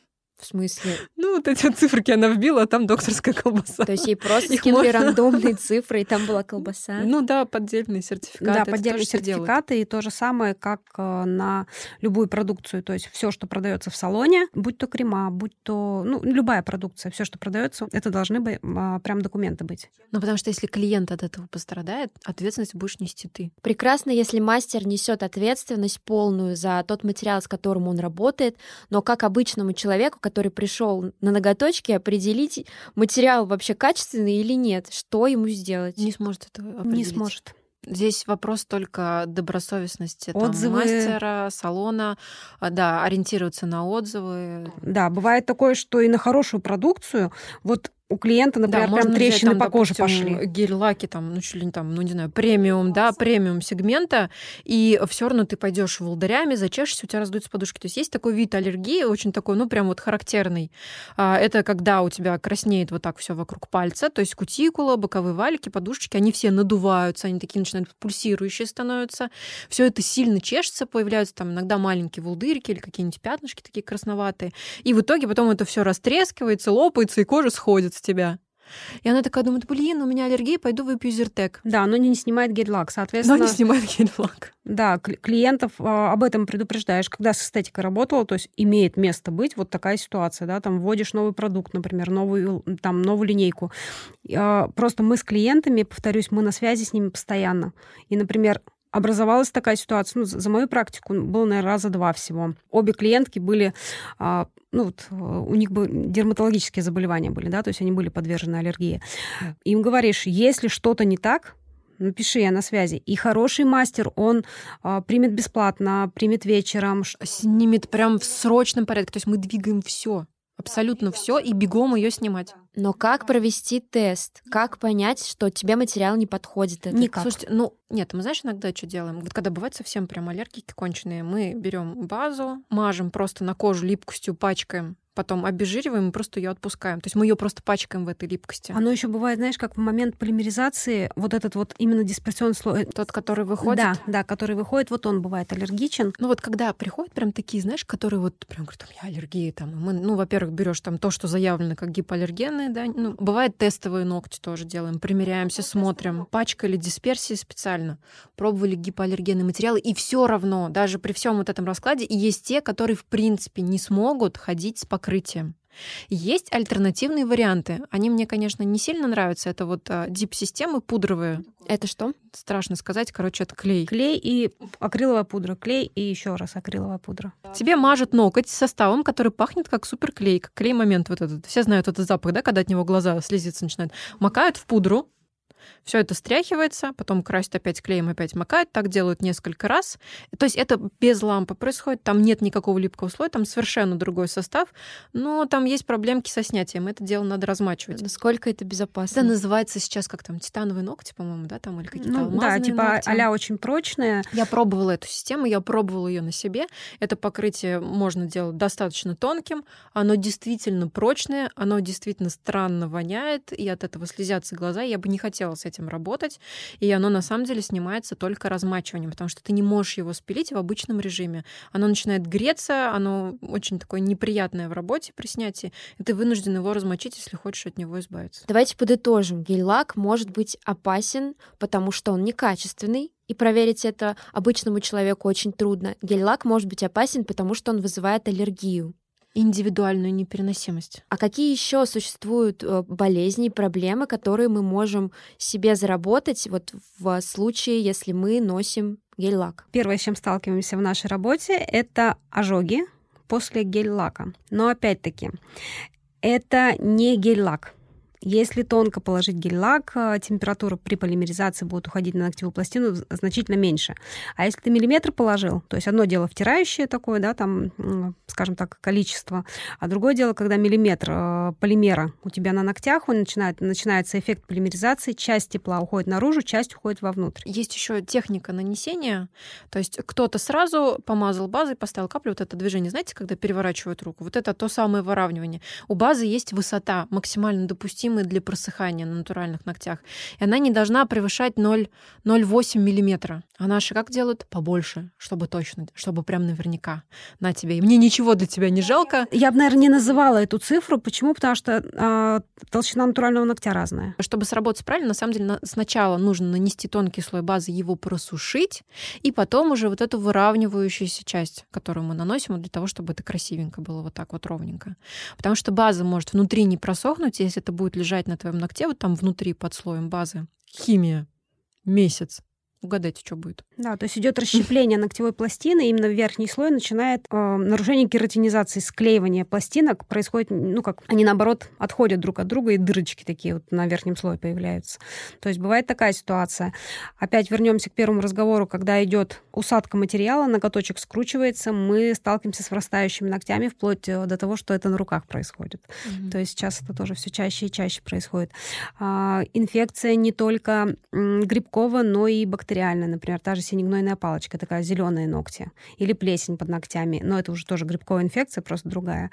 В смысле? Ну, вот эти вот циферки она вбила, а там докторская колбаса. То есть ей просто Их скинули можно- рандомные цифры, и там была колбаса? Ну да, поддельные сертификаты. Да, это поддельные тоже всё делают. сертификаты, и то же самое, как на любую продукцию. То есть все, что продается в салоне, будь то крема, будь то любая продукция, все, что продается, это должны быть прям документы быть. Ну, потому что если клиент от этого пострадает, ответственность будешь нести ты. Прекрасно, если мастер несет ответственность полную за тот материал, с которым он работает, но как обычному человеку, который пришел на ноготочки, определить, материал вообще качественный или нет, что ему сделать? Не сможет это Не определить. сможет. Здесь вопрос только добросовестности там, Отзывы. мастера, салона, да, ориентироваться на отзывы. Да, бывает такое, что и на хорошую продукцию вот у клиента, например, прям трещины по коже пошли. Гель-лаки, там, чуть ли не там, не знаю, премиум, да, премиум сегмента, и все равно ты пойдешь волдырями, зачешешься, у тебя раздуются подушки. То есть есть такой вид аллергии, очень такой, прям вот характерный. Это когда у тебя краснеет вот так все вокруг пальца, то есть кутикула, боковые валики, подушечки, они все надуваются, они такие начинают пульсирующие становятся. Все это сильно чешется, появляются там иногда маленькие волдырики или какие-нибудь пятнышки такие красноватые. И в итоге потом это все растрескивается, лопается, и кожа сходит с тебя. И она такая думает, у меня аллергия, пойду выпью Зиртек. Да, но не снимает гель-лак, соответственно. Но не снимает гель-лак. Да, клиентов об этом предупреждаешь. Когда с эстетикой работала, то есть имеет место быть вот такая ситуация, да, там вводишь новый продукт, например, новую линейку. Просто мы с клиентами, повторюсь, мы на связи с ними постоянно. И, например, образовалась такая ситуация, за мою практику было, наверное, раза 2 всего. Обе клиентки были, у них бы дерматологические заболевания были, да, то есть они были подвержены аллергии. Им говоришь, если что-то не так, напиши, я на связи. И хороший мастер, он примет бесплатно, примет вечером. Снимет прям в срочном порядке. То есть мы двигаем все. Абсолютно все, и бегом ее снимать. Но как провести тест? Как понять, что тебе материал не подходит? Никак. Слушайте, нет, мы, знаешь, иногда что делаем? Вот когда бывает совсем прям аллергики конченые, мы берем базу, мажем просто на кожу липкостью, пачкаем, потом обезжириваем и просто ее отпускаем. То есть мы ее просто пачкаем в этой липкости. Оно еще бывает, знаешь, как в момент полимеризации, вот этот вот именно дисперсионный слой. Тот, который выходит? Да, который выходит, вот он бывает аллергичен. Вот когда приходят прям такие, знаешь, которые вот прям говорят, у меня аллергия, там, мы, во-первых, берешь там то, что заявлено как гипоаллергенные, да, бывает тестовые ногти тоже делаем, примеряемся, смотрим, пачкали дисперсии специально, пробовали гипоаллергенные материалы, и все равно, даже при всем вот этом раскладе, и есть те, которые, в принципе, не смогут ходить с покрытием. Есть альтернативные варианты. Они мне, конечно, не сильно нравятся. Это вот дип-системы пудровые. Это что? Страшно сказать. Короче, это клей. Клей и акриловая пудра. Клей и еще раз акриловая пудра. Тебе мажут ноготь с составом, который пахнет как суперклей, как клей-момент вот этот. Все знают этот запах, да, когда от него глаза слезиться начинают. Макают в пудру. Все это стряхивается, потом красят опять клеем, опять макают. Так делают несколько раз. То есть это без лампы происходит, там нет никакого липкого слоя, там совершенно другой состав, но там есть проблемки со снятием. Это дело надо размачивать. Насколько это безопасно? Это называется сейчас как там титановые ногти, по-моему, да, там или какие-то алмазные ногти. А-ля очень прочные. Я пробовала эту систему, я пробовала ее на себе. Это покрытие можно делать достаточно тонким, оно действительно прочное, оно действительно странно воняет, и от этого слезятся глаза. Я бы не хотела с этим работать, и оно на самом деле снимается только размачиванием, потому что ты не можешь его спилить в обычном режиме. Оно начинает греться, оно очень такое неприятное в работе при снятии, и ты вынужден его размочить, если хочешь от него избавиться. Давайте подытожим. Гель-лак может быть опасен, потому что он некачественный, и проверить это обычному человеку очень трудно. Гель-лак может быть опасен, потому что он вызывает аллергию. Индивидуальную непереносимость. А какие еще существуют болезни, проблемы, которые мы можем себе заработать вот в случае, если мы носим гель-лак? Первое, с чем сталкиваемся в нашей работе, это ожоги после гель-лака. Но опять-таки, это не гель-лак. Если тонко положить гель-лак, температура при полимеризации будет уходить на ногтевую пластину значительно меньше. А если ты миллиметр положил, то есть одно дело втирающее такое, да, там, скажем так, количество, а другое дело, когда миллиметр полимера у тебя на ногтях, он начинается эффект полимеризации, часть тепла уходит наружу, часть уходит вовнутрь. Есть еще техника нанесения, то есть кто-то сразу помазал базой, поставил каплю, вот это движение, знаете, когда переворачивают руку, вот это то самое выравнивание. У базы есть высота, максимально допустимая для просыхания на натуральных ногтях. И она не должна превышать 0,08 миллиметра. А наши как делают? Побольше, чтобы точно, чтобы прям наверняка. На тебе. И мне ничего для тебя не жалко. Я бы, наверное, не называла эту цифру. Почему? Потому что толщина натурального ногтя разная. Чтобы сработать правильно, на самом деле сначала нужно нанести тонкий слой базы, его просушить, и потом уже вот эту выравнивающуюся часть, которую мы наносим, для того, чтобы это красивенько было вот так вот ровненько. Потому что база может внутри не просохнуть, если это будет лежать на твоем ногте, вот там внутри под слоем базы. Химия. Месяц. Угадайте, что будет. Да, то есть идет расщепление ногтевой пластины, именно в верхний слой начинает нарушение кератинизации, склеивание пластинок происходит, как они наоборот отходят друг от друга, и дырочки такие вот на верхнем слое появляются. То есть бывает такая ситуация. Опять вернемся к первому разговору, когда идет усадка материала, ноготочек скручивается, мы сталкиваемся с врастающими ногтями вплоть до того, что это на руках происходит. То есть сейчас это тоже все чаще и чаще происходит. Инфекция не только грибковая, но и бактериальная. Например, та же синегнойная палочка, такая зеленые ногти, или плесень под ногтями, но это уже тоже грибковая инфекция, просто другая.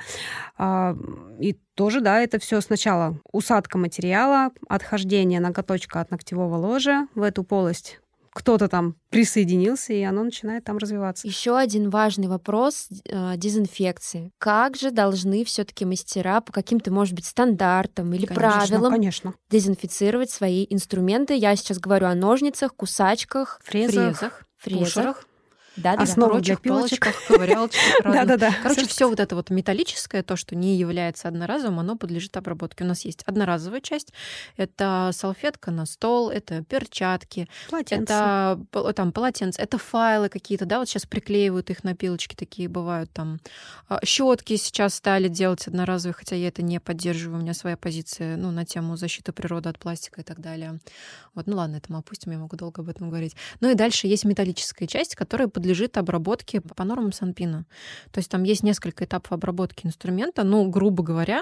И тоже, да, это все сначала усадка материала, отхождение ноготочка от ногтевого ложа в эту полость. Кто-то там присоединился, и оно начинает там развиваться. Еще один важный вопрос дезинфекции. Как же должны все-таки мастера по каким-то, может быть, стандартам или правилам дезинфицировать свои инструменты? Я сейчас говорю о ножницах, кусачках, фрезах. Пушерах. Основу для пилочек, ковырялочках. Да. Короче, все вот это вот металлическое, то, что не является одноразовым, оно подлежит обработке. У нас есть одноразовая часть. Это салфетка на стол, это перчатки, это там полотенце, это файлы какие-то, да, вот сейчас приклеивают их на пилочки, такие бывают там. Щетки сейчас стали делать одноразовые, хотя я это не поддерживаю, у меня своя позиция, на тему защиты природы от пластика и так далее. Вот, ладно, это мы опустим, я могу долго об этом говорить. И дальше есть металлическая часть, которая подлежит обработке по нормам Санпина. То есть там есть несколько этапов обработки инструмента. Грубо говоря,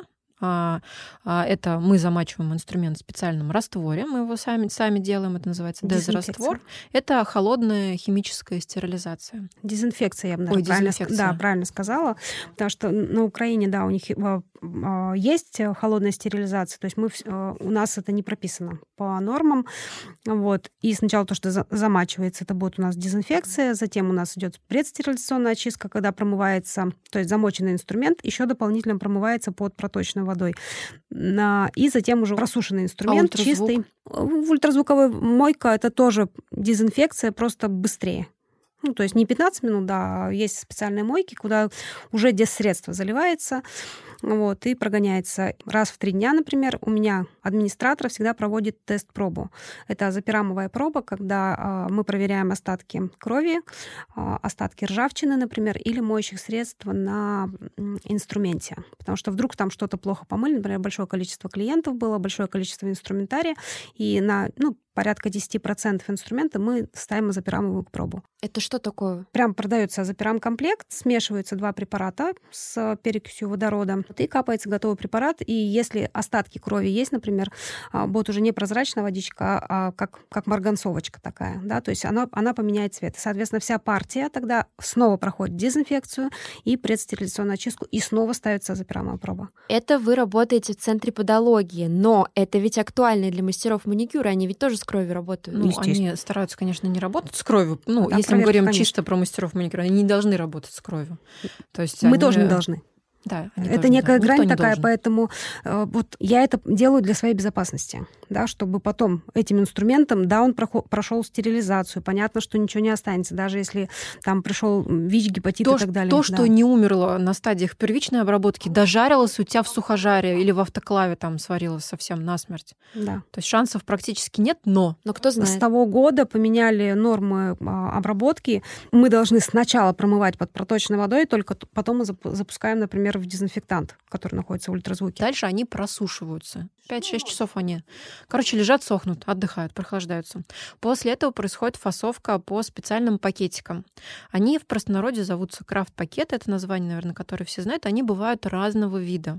это мы замачиваем инструмент в специальном растворе, мы его сами делаем, это называется дезраствор. Это холодная химическая стерилизация. Дезинфекция, я бы правильно сказала, потому что на Украине, да, у них есть холодная стерилизация, то есть у нас это не прописано по нормам, вот, и сначала то, что замачивается, это будет у нас дезинфекция, затем у нас идет предстерилизационная очистка, когда промывается, то есть замоченный инструмент еще дополнительно промывается под проточной водой, и затем уже просушенный инструмент, чистый. Ультразвуковая мойка — это тоже дезинфекция, просто быстрее. То есть не 15 минут, да, есть специальные мойки, куда уже дезсредство заливается, и прогоняется раз в 3 дня, например. У меня администратор всегда проводит тест-пробу. Это запирамовая проба, когда мы проверяем остатки крови, остатки ржавчины, например, или моющих средств на инструменте. Потому что вдруг там что-то плохо помыли, например, большое количество клиентов было, большое количество инструментария, и на порядка 10% инструмента мы ставим запирамовую пробу. Это что такое? Прям продается запирам-комплект, смешиваются 2 препарата с перекисью водорода, и капается готовый препарат. И если остатки крови есть, например, будет уже не прозрачная водичка, а как марганцовочка такая, да, то есть она поменяет цвет. И, соответственно, вся партия тогда снова проходит дезинфекцию и предстерилизационную очистку, и снова ставится запирамовая проба. Это вы работаете в центре подологии, но это ведь актуально для мастеров маникюра, они ведь тоже с кровью работают. Они стараются, конечно, не работать с кровью. Если мы говорим чисто про мастеров маникюра, они не должны работать с кровью. То есть мы тоже не должны. Да, это некая грань такая, поэтому я это делаю для своей безопасности, да, чтобы потом этим инструментом, да, он прошел стерилизацию, понятно, что ничего не останется, даже если там пришел ВИЧ, гепатит и так далее. То, что не умерло на стадиях первичной обработки, дожарилось у тебя в сухожаре или в автоклаве там сварилось совсем насмерть. Да. То есть шансов практически нет, но кто знает. С того года поменяли нормы обработки. Мы должны сначала промывать под проточной водой, только потом мы запускаем, например, в дезинфектант, который находится в ультразвуке. Дальше они просушиваются. 5-6 часов они, лежат, сохнут, отдыхают, прохлаждаются. После этого происходит фасовка по специальным пакетикам. Они в простонародье зовутся крафт-пакеты, это название, наверное, которое все знают. Они бывают разного вида.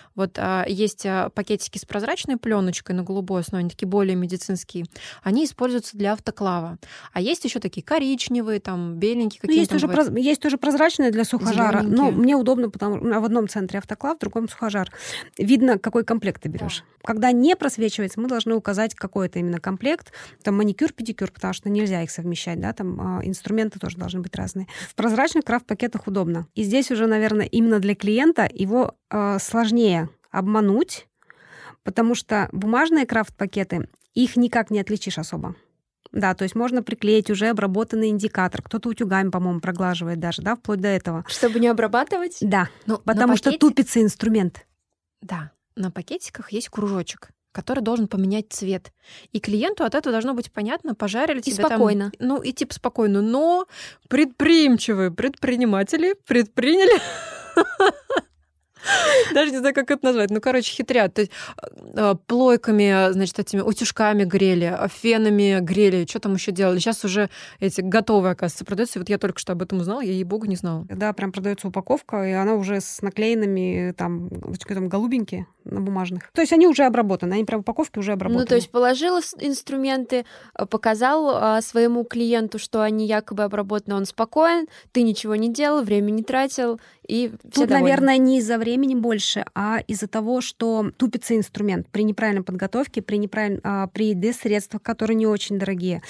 Есть пакетики с прозрачной пленочкой на голубой основе, они такие более медицинские. Они используются для автоклава. А есть еще такие коричневые, там, беленькие какие-то. Есть тоже прозрачные для сухожара. Но мне удобно, потому что в одном центре автоклав, в другом сухожар. Видно, какой комплект ты берешь. Когда не просвечивается, мы должны указать, какой это именно комплект. Там маникюр, педикюр, потому что нельзя их совмещать, да, там инструменты тоже должны быть разные. В прозрачных крафт-пакетах удобно. И здесь уже, наверное, именно для клиента его сложнее обмануть, потому что бумажные крафт-пакеты, их никак не отличишь особо. Да, то есть можно приклеить уже обработанный индикатор. Кто-то утюгами, по-моему, проглаживает даже, да, вплоть до этого. Чтобы не обрабатывать? Да, потому что тупится инструмент. Да, на пакетиках есть кружочек. который должен поменять цвет. И клиенту от этого должно быть понятно, пожарили И тебе спокойно. там... Ну, и типа спокойно. Но предприимчивые предприниматели предприняли... Даже не знаю, как это назвать. Ну, короче, хитрят. То есть плойками, значит, этими утюжками грели, фенами грели. Что там еще делали? Сейчас уже эти готовые, оказывается, продаются. И вот я только что об этом узнала, я, ей-богу, не знала. Да, прям продается упаковка, и она уже с наклеенными там голубенькие на бумажных. То есть они уже обработаны, они прям упаковки уже обработаны. Ну, то есть положил инструменты, показал своему клиенту, что они якобы обработаны, он спокоен, ты ничего не делал, время не тратил, и все Тут, довольны. наверное, не из-за времени больше, а из-за того, что тупится инструмент при неправильной подготовке, при ДЭС-средствах, которые не очень дорогие,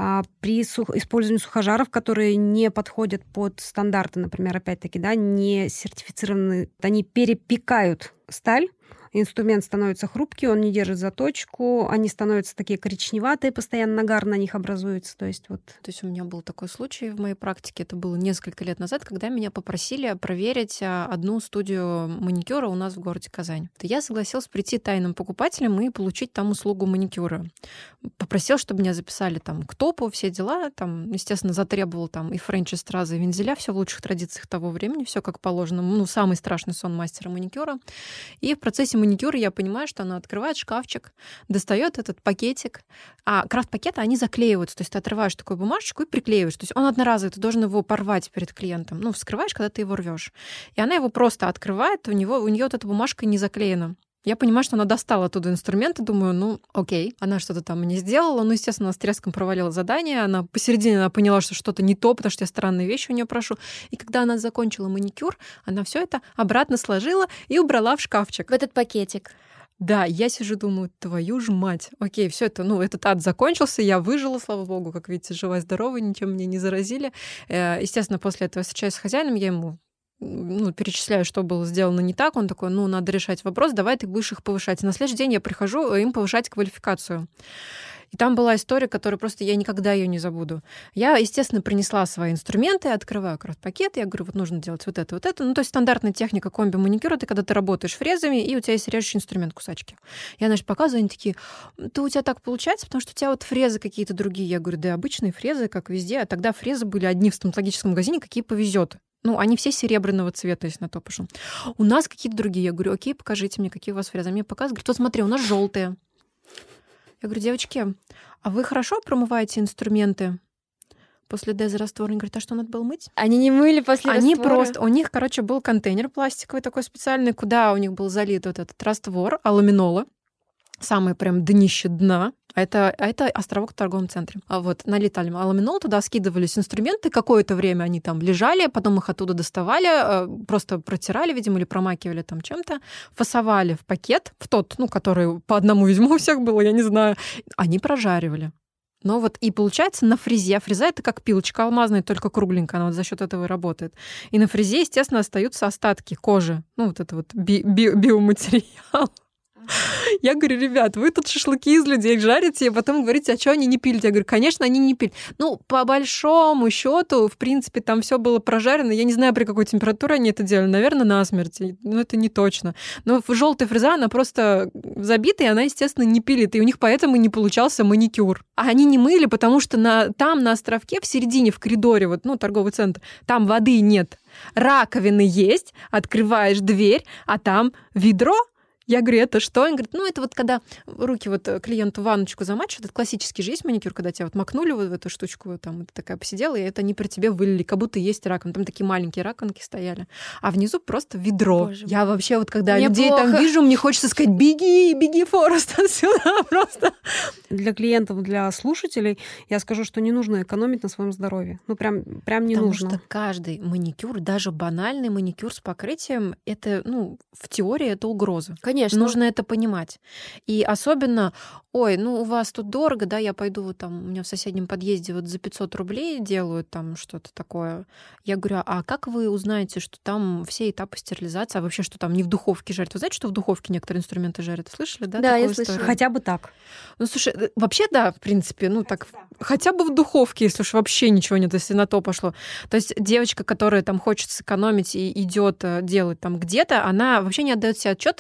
при использовании сухожаров, которые не подходят под стандарты, например, опять-таки, да, не сертифицированы, они перепекают сталь, инструмент становится хрупкий, он не держит заточку, они становятся такие коричневатые, постоянно нагар на них образуется. То есть у меня был такой случай в моей практике, это было несколько лет назад, когда меня попросили проверить одну студию маникюра у нас в городе Казань. Я согласилась прийти тайным покупателем и получить там услугу маникюра. Попросил, чтобы меня записали там к топу, все дела, там, естественно, затребовал там и френчи, стразы, и вензеля, все в лучших традициях того времени, все как положено. Ну, самый страшный сон мастера маникюра. И в процессе маникюра я понимаю, что она открывает шкафчик, достает этот пакетик, а крафт-пакеты, они заклеиваются, то есть ты отрываешь такую бумажечку и приклеиваешь, то есть он одноразовый, ты должен его порвать перед клиентом, ну, вскрываешь, когда ты его рвешь. И она его просто открывает, у нее вот эта бумажка не заклеена. Я понимаю, что она достала оттуда инструменты, думаю, ну, окей. Она что-то там мне сделала, ну, естественно, она с треском провалила задание, она посередине она поняла, что что-то не то, потому что я странные вещи у нее прошу. И когда она закончила маникюр, она все это обратно сложила и убрала в шкафчик. В этот пакетик. Да, я сижу, думаю, твою ж мать. Окей, все это, ну, этот ад закончился, я выжила, слава богу, как видите, жива-здорова, ничем меня не заразили. Естественно, после этого встречаюсь с хозяином, я ему перечисляю, что было сделано не так. Он такой, ну, надо решать вопрос, давай ты будешь их повышать. И на следующий день я прихожу им повышать квалификацию. И там была история, которую просто я никогда ее не забуду. Я, естественно, принесла свои инструменты, открываю крафт-пакет, я говорю, вот нужно делать вот это, вот это. Ну, то есть стандартная техника комби-маникюра, это когда ты работаешь фрезами, и у тебя есть режущий инструмент кусачки. Я, значит, показываю, они такие, у тебя так получается, потому что у тебя вот фрезы какие-то другие. Я говорю, да, обычные фрезы, как везде. А тогда фрезы были одни в стоматологическом магазине, какие повезет. Ну, они все серебряного цвета, если на то пошло. У нас какие-то другие. Я говорю, окей, покажите мне, какие у вас фрезы. Мне показывают, говорят, вот смотри, у нас желтые. Я говорю, девочки, а вы хорошо промываете инструменты после дезраствора? Они говорят, а что надо было мыть? Они не мыли после Они раствора? просто... У них, короче, был контейнер пластиковый такой специальный, куда у них был залит вот этот раствор аламинола. Самое прям днище дна. Это островок в торговом центре. А вот налетали аламинол, туда скидывались инструменты, какое-то время они там лежали, потом их оттуда доставали, просто протирали, видимо, или промакивали там чем-то, фасовали в пакет, в тот, ну, который по одному, видимо, у всех было, я не знаю, они прожаривали. Но вот и получается на фрезе. Фреза — это как пилочка алмазная, только кругленькая, она вот за счет этого и работает. И на фрезе, естественно, остаются остатки кожи, ну, вот это вот биоматериал. Я говорю, ребят, вы тут шашлыки из людей жарите, а потом говорите, а что они не пилят? Я говорю, конечно, они не пилят. Ну, по большому счету, в принципе, там все было прожарено. Я не знаю, при какой температуре они это делали. Наверное, насмерть. Но это не точно. Но желтая фреза, она просто забита, и она, естественно, не пилит. И у них поэтому не получался маникюр. А они не мыли, потому что там, на островке, в середине, в коридоре, вот, ну, торговый центр, там воды нет. Раковины есть, открываешь дверь, а там ведро. Я говорю, это что? Он говорит, ну, это вот когда руки вот клиенту в ванночку замачивают, это классический же есть маникюр, когда тебя вот макнули вот в эту штучку, там, ты такая посидела, и это они при тебе вылили, как будто есть раковина. Там такие маленькие раковинки стояли. А внизу просто ведро. Боже я мой. Вообще вот, когда мне людей плохо. Там вижу, мне хочется сказать, беги, Форест, отсюда просто. Для клиентов, для слушателей я скажу, что не нужно экономить на своем здоровье. Ну, прям не нужно. Потому что каждый маникюр, даже банальный маникюр с покрытием, это, ну, в теории это угроза. Конечно. Нужно это понимать. И особенно, ой, ну у вас тут дорого, да, я пойду вот там, у меня в соседнем подъезде вот за 500 рублей делают там что-то такое. Я говорю, а как вы узнаете, что там все этапы стерилизации, а вообще, что там не в духовке жарят? Вы знаете, что в духовке некоторые инструменты жарят? Слышали, да? Да, я слышала. Хотя бы так. Ну, слушай, вообще, да, в принципе, ну так, хотя бы в духовке, если уж вообще ничего нет, если на то пошло. То есть девочка, которая там хочет сэкономить и идет делать там где-то, она вообще не отдает себе отчет, какой опасный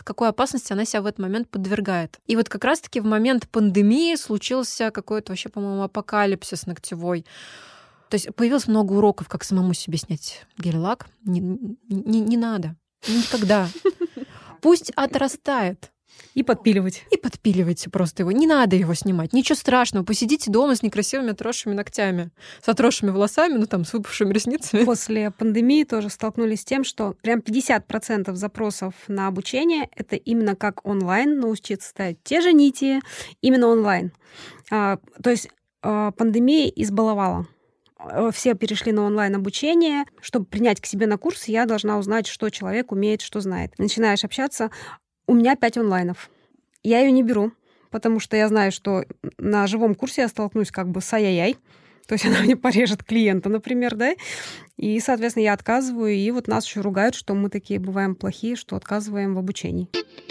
опасности она себя в этот момент подвергает. И вот как раз-таки в момент пандемии случился какой-то вообще, по-моему, апокалипсис ногтевой. То есть появилось много уроков, как самому себе снять гель-лак. Не надо. Никогда. Пусть отрастает. И подпиливать. И подпиливайте просто его. Не надо его снимать. Ничего страшного. Посидите дома с некрасивыми отросшими ногтями. С отросшими волосами, ну там, с выпавшими ресницами. После пандемии тоже столкнулись с тем, что прям 50% запросов на обучение — это именно как онлайн научиться ставить те же нити, именно онлайн. То есть пандемия избаловала. Все перешли на онлайн-обучение. Чтобы принять к себе на курс, я должна узнать, что человек умеет, что знает. Начинаешь общаться. У меня 5 онлайнов. Я ее не беру, потому что я знаю, что на живом курсе я столкнусь как бы с ай-яй-яй. То есть она мне порежет клиента, например, да? И, соответственно, я отказываю. И вот нас еще ругают, что мы такие бываем плохие, что отказываем в обучении.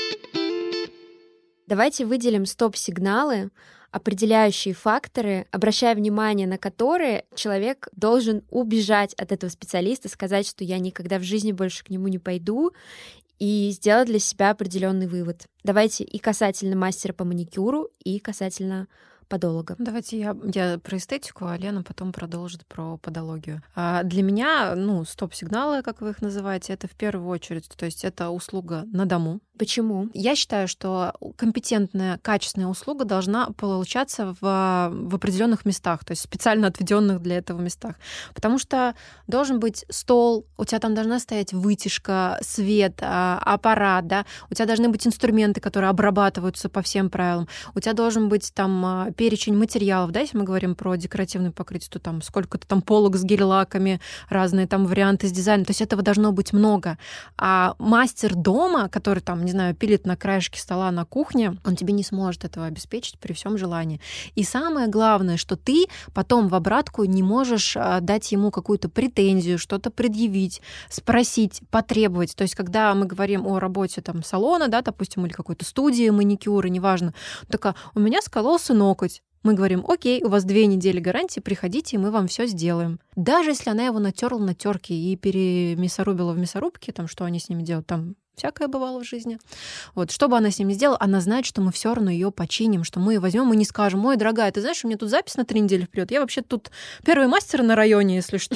Давайте выделим стоп-сигналы, определяющие факторы, обращая внимание на которые человек должен убежать от этого специалиста, сказать, что я никогда в жизни больше к нему не пойду, и сделать для себя определенный вывод. Давайте и касательно мастера по маникюру, и касательно подолога. Давайте я про эстетику, а Лена потом продолжит про подологию. Для меня, стоп-сигналы, как вы их называете, это в первую очередь, то есть это услуга на дому. Почему? Я считаю, что компетентная, качественная услуга должна получаться в определенных местах, то есть специально отведенных для этого местах. Потому что должен быть стол, у тебя там должна стоять вытяжка, свет, аппарат, да, у тебя должны быть инструменты, которые обрабатываются по всем правилам, у тебя должен быть там перечень материалов, да, если мы говорим про декоративное покрытие, то там сколько-то там полок с гель-лаками, разные там варианты с дизайном, то есть этого должно быть много. А мастер дома, который там, не знаю, пилит на краешке стола на кухне, он тебе не сможет этого обеспечить при всем желании. И самое главное, что ты потом в обратку не можешь дать ему какую-то претензию, что-то предъявить, спросить, потребовать. То есть когда мы говорим о работе там салона, да, допустим, или какой-то студии маникюра, неважно, такая, у меня скололся ноготь. Мы говорим, окей, у вас 2 недели гарантии, приходите, и мы вам все сделаем. Даже если она его натерла на терке и перемясорубила в мясорубке, там, что они с ними делают, там всякое бывало в жизни. Вот, что бы она с ним не сделала, она знает, что мы все равно ее починим, что мы ее возьмем и не скажем, ой, дорогая, ты знаешь, у меня тут запись на 3 недели вперед, я вообще тут первый мастер на районе, если что.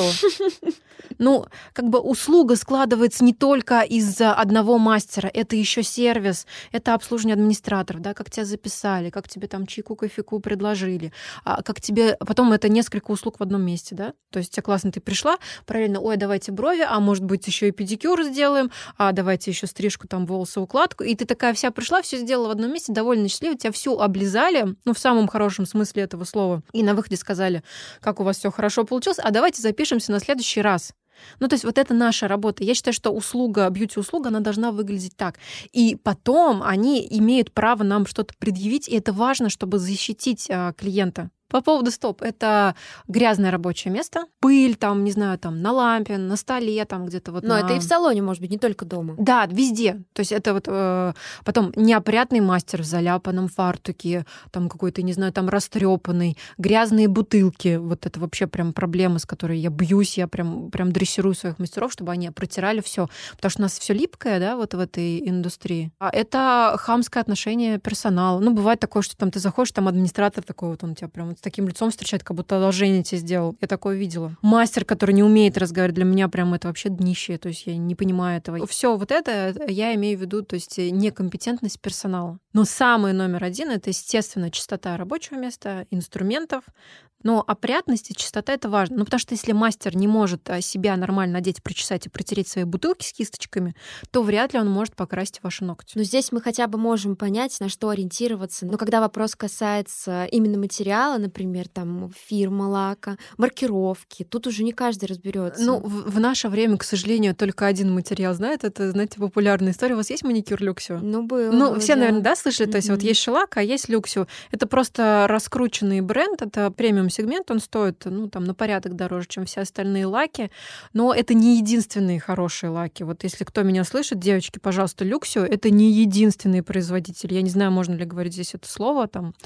Ну, как бы услуга складывается не только из одного мастера, это еще сервис, это обслуживание администраторов, да, как тебя записали, как тебе там чайку, кофейку предложили, как тебе... Потом это несколько услуг в одном месте, да, то есть тебе классно, ты пришла, параллельно, ой, давайте брови, а может быть еще и педикюр сделаем, а давайте еще стрижку, там, волосы, укладку, и ты такая вся пришла, все сделала в одном месте, довольно счастлива, тебя всю облизали, ну, в самом хорошем смысле этого слова, и на выходе сказали, как у вас все хорошо получилось, а давайте запишемся на следующий раз. Ну, то есть вот это наша работа. Я считаю, что услуга, бьюти-услуга, она должна выглядеть так. И потом они имеют право нам что-то предъявить, и это важно, чтобы защитить клиента. По поводу стоп, это грязное рабочее место, пыль там, не знаю, там на лампе, на столе, там где-то вот. Но это и в салоне, может быть, не только дома. Да, везде. То есть это вот потом неопрятный мастер в заляпанном фартуке, там какой-то, не знаю, там растрепанный, грязные бутылки. Вот это вообще прям проблема, с которой я бьюсь, я прям дрессирую своих мастеров, чтобы они протирали все, потому что у нас все липкое, да, вот в этой индустрии. А это хамское отношение персонала. Ну, бывает такое, что там ты заходишь, там администратор такой вот, он тебя прям с таким лицом встречает, как будто одолжение тебе сделал. Я такое видела. Мастер, который не умеет разговаривать, для меня прям это вообще днище, то есть я не понимаю этого. Все вот это я имею в виду, то есть некомпетентность персонала. Но самый номер 1 — это, естественно, чистота рабочего места, инструментов. Но опрятность и чистота — это важно. Ну, потому что если мастер не может себя нормально одеть, причесать и протереть свои бутылки с кисточками, то вряд ли он может покрасить ваши ногти. Но здесь мы хотя бы можем понять, на что ориентироваться. Но когда вопрос касается именно материала, например, там фирма лака, маркировки, тут уже не каждый разберется. Ну, в наше время, к сожалению, только один материал знает. Это, знаете, популярная история. У вас есть маникюр Люксио? Ну, было. Ну, было, все, да, наверное, да, слышали? То есть вот есть Шелак, а есть Люксио. Это просто раскрученный бренд, это премиум сегмент, он стоит, ну, там, на порядок дороже, чем все остальные лаки, но это не единственные хорошие лаки. Вот если кто меня слышит, девочки, пожалуйста, Люксио — это не единственный производитель. Я не знаю, можно ли говорить здесь это слово, там,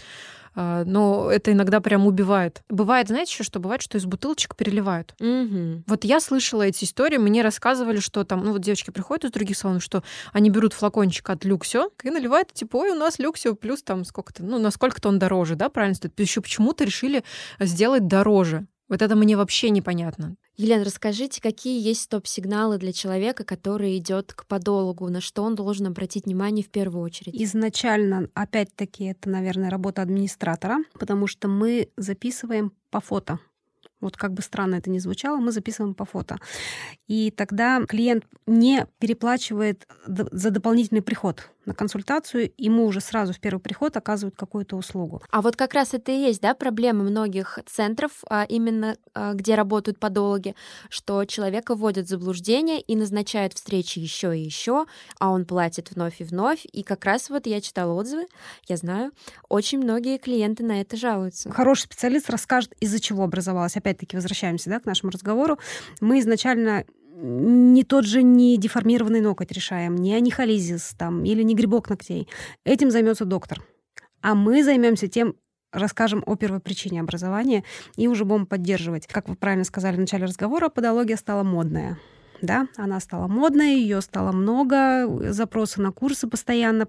Но это иногда прям убивает. Бывает, знаете, еще что? Бывает, что из бутылочек переливают. Вот я слышала эти истории, мне рассказывали, что там, ну вот девочки приходят из других салонов, что они берут флакончик от Люксио и наливают, типа, ой, у нас Люксио плюс там сколько-то, ну, насколько-то он дороже, да, правильно стоит. Еще почему-то решили сделать дороже. Вот это мне вообще непонятно. Елена, расскажите, какие есть стоп-сигналы для человека, который идет к подологу, на что он должен обратить внимание в первую очередь? Изначально, опять-таки, это, наверное, работа администратора, потому что мы записываем по фото. Вот как бы странно это ни звучало, мы записываем по фото. И тогда клиент не переплачивает за дополнительный приход на консультацию, ему уже сразу в первый приход оказывают какую-то услугу. А вот как раз это и есть, да, проблема многих центров, именно где работают подологи, что человека вводят в заблуждение и назначают встречи еще и еще, а он платит вновь и вновь. И как раз вот я читала отзывы, я знаю, очень многие клиенты на это жалуются. Хороший специалист расскажет, из-за чего образовалась. Опять-таки возвращаемся, да, к нашему разговору. Мы изначально не тот же не деформированный ноготь решаем, не анихолизис там, или не грибок ногтей. Этим займется доктор. А мы займемся тем, расскажем о первопричине образования и уже будем поддерживать. Как вы правильно сказали в начале разговора, подология стала модная. Да, она стала модной, ее стало много, запросы на курсы постоянно.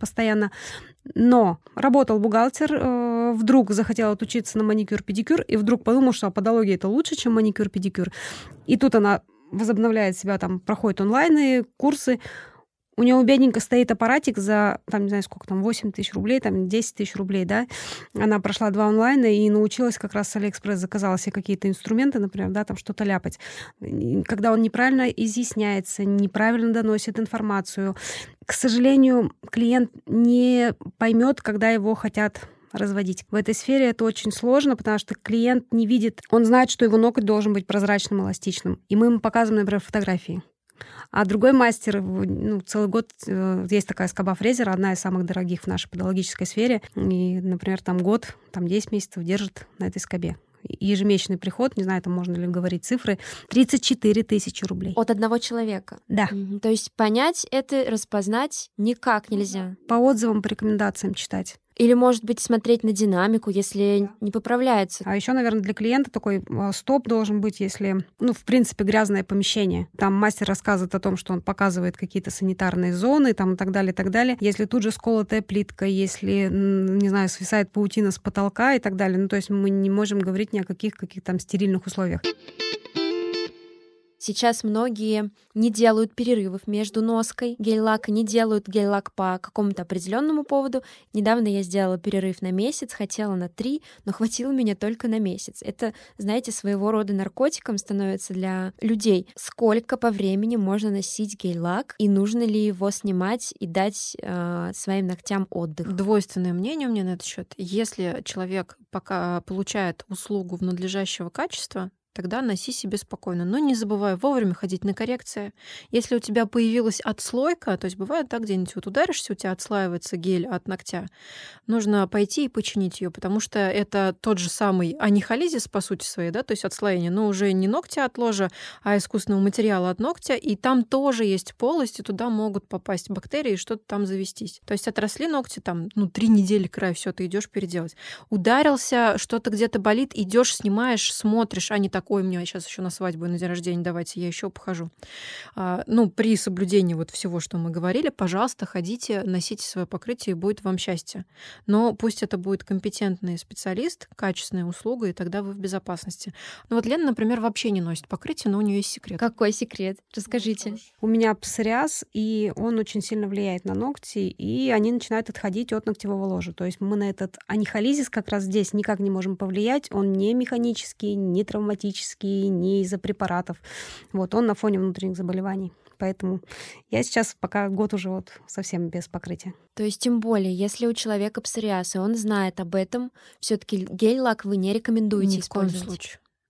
Но работал бухгалтер, вдруг захотел отучиться на маникюр-педикюр, и вдруг подумал, что подология это лучше, чем маникюр-педикюр. И тут она возобновляет себя, там, проходит онлайн курсы. У нее бедненько стоит аппаратик за, там, не знаю, сколько там, 8 тысяч рублей, там, 10 тысяч рублей, да. Она прошла 2 онлайна и научилась как раз с Алиэкспресс, заказала себе какие-то инструменты, например, да, там что-то ляпать. Когда он неправильно изъясняется, неправильно доносит информацию, к сожалению, клиент не поймет, когда его хотят разводить. В этой сфере это очень сложно, потому что клиент не видит, он знает, что его ноготь должен быть прозрачным, эластичным. И мы ему показываем, например, фотографии. А другой мастер, ну, целый год, есть такая скоба фрезера, одна из самых дорогих в нашей подологической сфере. И, например, там год, там 10 месяцев держит на этой скобе. Ежемесячный приход, не знаю, там можно ли говорить цифры, 34 тысячи рублей. От одного человека? Да. То есть понять это, распознать никак нельзя? По отзывам, по рекомендациям читать. Или, может быть, смотреть на динамику, если не поправляется. А еще, наверное, для клиента такой стоп должен быть, если, ну, в принципе, грязное помещение. Там мастер рассказывает о том, что он показывает какие-то санитарные зоны там, и так далее, и так далее. Если тут же сколотая плитка, если, не знаю, свисает паутина с потолка и так далее. Ну, то есть мы не можем говорить ни о каких там стерильных условиях. Сейчас многие не делают перерывов между ноской гель-лака, не делают гель-лак по какому-то определенному поводу. Недавно я сделала перерыв на месяц, хотела на 3, но хватило меня только на месяц. Это, знаете, своего рода наркотиком становится для людей. Сколько по времени можно носить гель-лак, и нужно ли его снимать и дать своим ногтям отдых? Двойственное мнение у меня на этот счет. Если человек пока получает услугу в надлежащего качества, тогда носи себе спокойно. Но не забывай вовремя ходить на коррекции. Если у тебя появилась отслойка, то есть бывает так, где-нибудь вот ударишься, у тебя отслаивается гель от ногтя, нужно пойти и починить ее, потому что это тот же самый анихолизис, по сути своей, да, то есть отслоение, но уже не ногтя от ложа, а искусственного материала от ногтя, и там тоже есть полость, и туда могут попасть бактерии и что-то там завестись. То есть отросли ногти, там, 3 недели край, все, ты идешь переделать. Ударился, что-то где-то болит, идешь, снимаешь, смотришь, а не так, ой, мне сейчас еще на свадьбу и на день рождения давайте, я еще похожу. При соблюдении вот всего, что мы говорили, пожалуйста, ходите, носите свое покрытие, и будет вам счастье. Но пусть это будет компетентный специалист, качественная услуга, и тогда вы в безопасности. Вот Лена, например, вообще не носит покрытие, но у нее есть секрет. Какой секрет? Расскажите. У меня псориаз, и он очень сильно влияет на ногти, и они начинают отходить от ногтевого ложа. То есть мы на этот анихолизис как раз здесь никак не можем повлиять. Он не механический, не травматический, не из-за препаратов. Вот, он на фоне внутренних заболеваний. Поэтому я сейчас пока год уже вот совсем без покрытия. То есть тем более, если у человека псориаз, и он знает об этом, все-таки гель-лак вы не рекомендуете Ни в коем использовать? случае.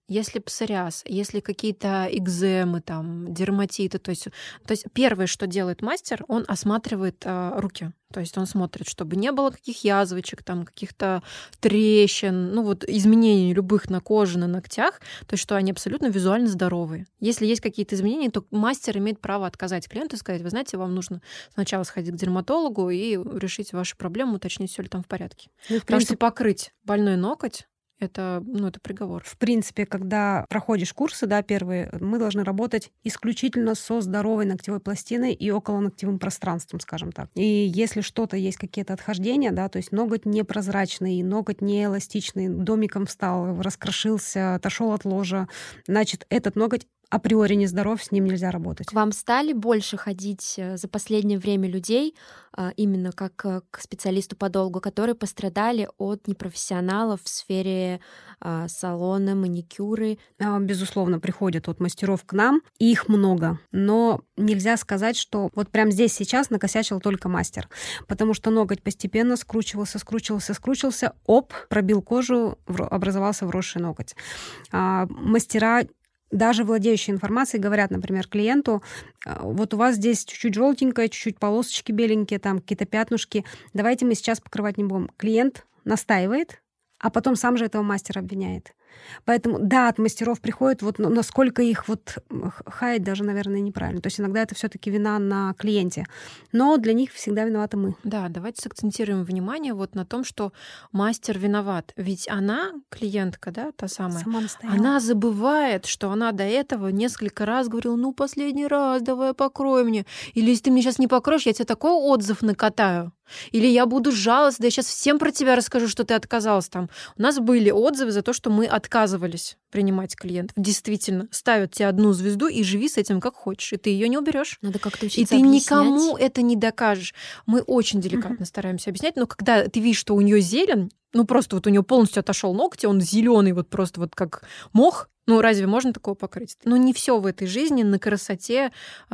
если псориаз, если какие-то экземы, там, дерматиты, то есть первое, что делает мастер, он осматривает руки. То есть он смотрит, чтобы не было каких язвочек, там, каких-то трещин, ну вот изменений любых на коже, на ногтях, то есть что они абсолютно визуально здоровые. Если есть какие-то изменения, то мастер имеет право отказать клиенту и сказать: вы знаете, вам нужно сначала сходить к дерматологу и решить ваши проблемы, уточнить, все ли там в порядке. Потому что покрыть больной ноготь это приговор. В принципе, когда проходишь курсы, да, первые, мы должны работать исключительно со здоровой ногтевой пластиной и околоногтевым пространством, скажем так. И если что-то есть, какие-то отхождения, да, то есть ноготь непрозрачный, ноготь не эластичный, домиком встал, раскрошился, отошел от ложа, значит, этот ноготь априори нездоров, с ним нельзя работать. К вам стали больше ходить за последнее время людей, именно как к специалисту-подологу, которые пострадали от непрофессионалов в сфере салона, маникюры? Безусловно, приходят от мастеров к нам, и их много. Но нельзя сказать, что вот прямо здесь сейчас накосячил только мастер. Потому что ноготь постепенно скручивался, пробил кожу, образовался вросший ноготь. Мастера, даже владеющие информацией, говорят, например, клиенту: вот у вас здесь чуть-чуть желтенькое, чуть-чуть полосочки беленькие, там какие-то пятнышки, давайте мы сейчас покрывать не будем. Клиент настаивает, а потом сам же этого мастера обвиняет. Поэтому, да, от мастеров приходит, вот насколько их вот хаять даже, наверное, неправильно. То есть иногда это все-таки вина на клиенте. Но для них всегда виноваты мы. Да, давайте сакцентируем внимание вот на том, что мастер виноват. Ведь она, клиентка, да, та самая, она забывает, что она до этого несколько раз говорила: ну, последний раз, давай покрой мне. Или если ты мне сейчас не покроешь, я тебе такой отзыв накатаю. Или я буду жаловаться, да я сейчас всем про тебя расскажу, что ты отказалась там. У нас были отзывы за то, что мы отказывались принимать клиентов. Действительно, ставят тебе одну звезду и живи с этим как хочешь. И ты ее не уберешь. Надо как-то учиться и ты объяснять. Никому это не докажешь. Мы очень деликатно стараемся объяснять, но когда ты видишь, что у нее зелень, ну просто вот у нее полностью отошел ноготь, он зеленый, вот просто вот как мох. Ну, разве можно такого покрыть? Ну, не все в этой жизни на красоте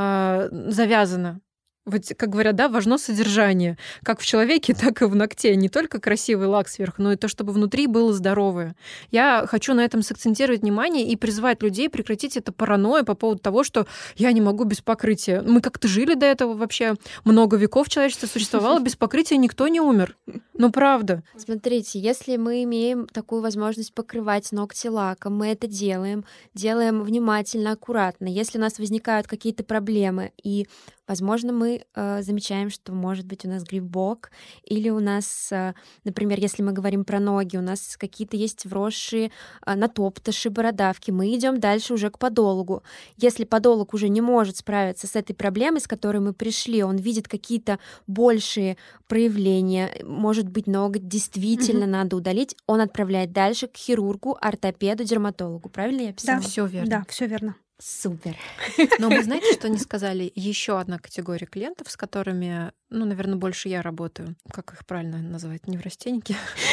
завязано. Вот, как говорят, да, важно содержание. Как в человеке, так и в ногте. Не только красивый лак сверху, но и то, чтобы внутри было здоровое. Я хочу на этом сакцентировать внимание и призвать людей прекратить это паранойю по поводу того, что я не могу без покрытия. Мы как-то жили до этого вообще. Много веков человечество существовало, без покрытия никто не умер. Ну, правда. Смотрите, если мы имеем такую возможность покрывать ногти лаком, мы это делаем внимательно, аккуратно. Если у нас возникают какие-то проблемы, и, возможно, мы замечаем, что, может быть, у нас грибок, или у нас, например, если мы говорим про ноги, у нас какие-то есть вросшие натоптыши, бородавки, мы идем дальше уже к подологу. Если подолог уже не может справиться с этой проблемой, с которой мы пришли, он видит какие-то большие проявления, может быть, ноготь действительно надо удалить, он отправляет дальше к хирургу, ортопеду, дерматологу. Правильно я писала? Да, все верно. Да, все верно. Супер. Но вы знаете, что не сказали? Еще одна категория клиентов, с которыми, наверное, больше я работаю. Как их правильно называть? Неврастенники?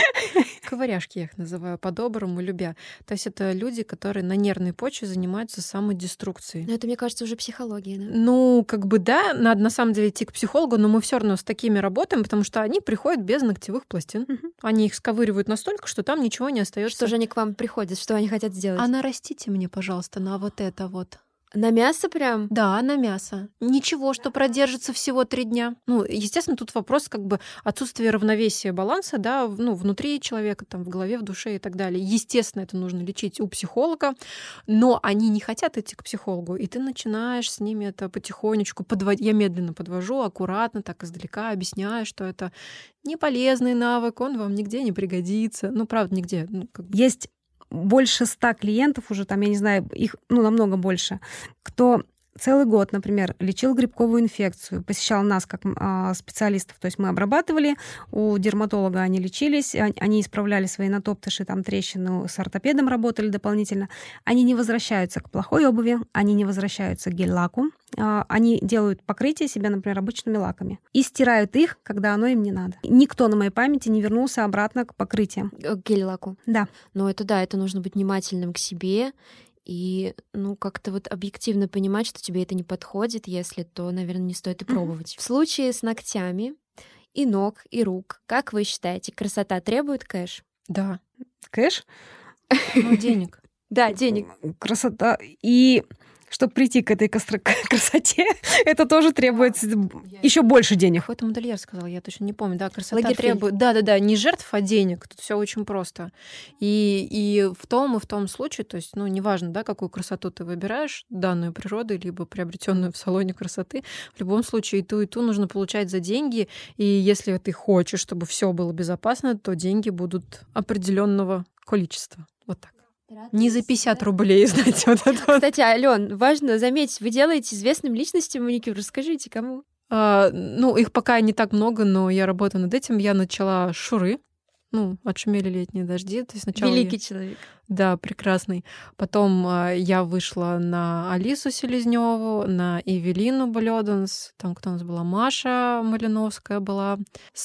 Ковыряшки я их называю по-доброму, любя. То есть это люди, которые на нервной почве занимаются самодеструкцией. Но это, мне кажется, уже психология, да? Ну, да, надо на самом деле идти к психологу, но мы все равно с такими работаем, потому что они приходят без ногтевых пластин. Они их сковыривают настолько, что там ничего не остается. Что же они к вам приходят? Что они хотят сделать? А нарастите мне, пожалуйста, на вот это вот. На мясо прям? Да, на мясо. Ничего, что продержится всего 3 дня. Ну, естественно, тут вопрос отсутствия равновесия, баланса, да, внутри человека, там, в голове, в душе и так далее. Естественно, это нужно лечить у психолога, но они не хотят идти к психологу, и ты начинаешь с ними это потихонечку подводить. Я медленно подвожу, аккуратно, так издалека объясняю, что это не полезный навык, он вам нигде не пригодится. Ну, правда, нигде. Есть больше 100 клиентов уже, там, я не знаю, их намного больше, кто целый год, например, лечил грибковую инфекцию, посещал нас как специалистов, то есть мы обрабатывали, у дерматолога они лечились, они исправляли свои натоптыши, там, трещины, с ортопедом работали дополнительно. Они не возвращаются к плохой обуви, они не возвращаются к гель-лаку, они делают покрытие себе, например, обычными лаками и стирают их, когда оно им не надо. Никто на моей памяти не вернулся обратно к покрытиям. К гель-лаку? Да. Но это нужно быть внимательным к себе и, как-то объективно понимать, что тебе это не подходит. Если, то, наверное, не стоит и пробовать. В случае с ногтями и ног, и рук, как вы считаете, красота требует кэш? Да. Кэш? Денег. Да, денег. Красота. И чтобы прийти к этой красоте, это тоже требует еще больше денег. Какой-то модельер сказал, я точно не помню. Да, красота Лагерфельд. требует... Да, не жертв, а денег. Тут все очень просто. И в том случае, то есть, неважно, да, какую красоту ты выбираешь, данную природой, либо приобретенную в салоне красоты, в любом случае и ту нужно получать за деньги. И если ты хочешь, чтобы все было безопасно, то деньги будут определенного количества. Вот так. Не за 50 рублей, знаете, вот это. Кстати, Алён, важно заметить, вы делаете известным личностям маникюр. Расскажите, кому? Их пока не так много, но я работаю над этим. Я начала с Шуры. Отшумели летние дожди. То есть сначала Великий человек. Да, прекрасный. Потом я вышла на Алису Селезнёву, на Эвелину Блёданс. Там кто у нас была? Маша Малиновская была,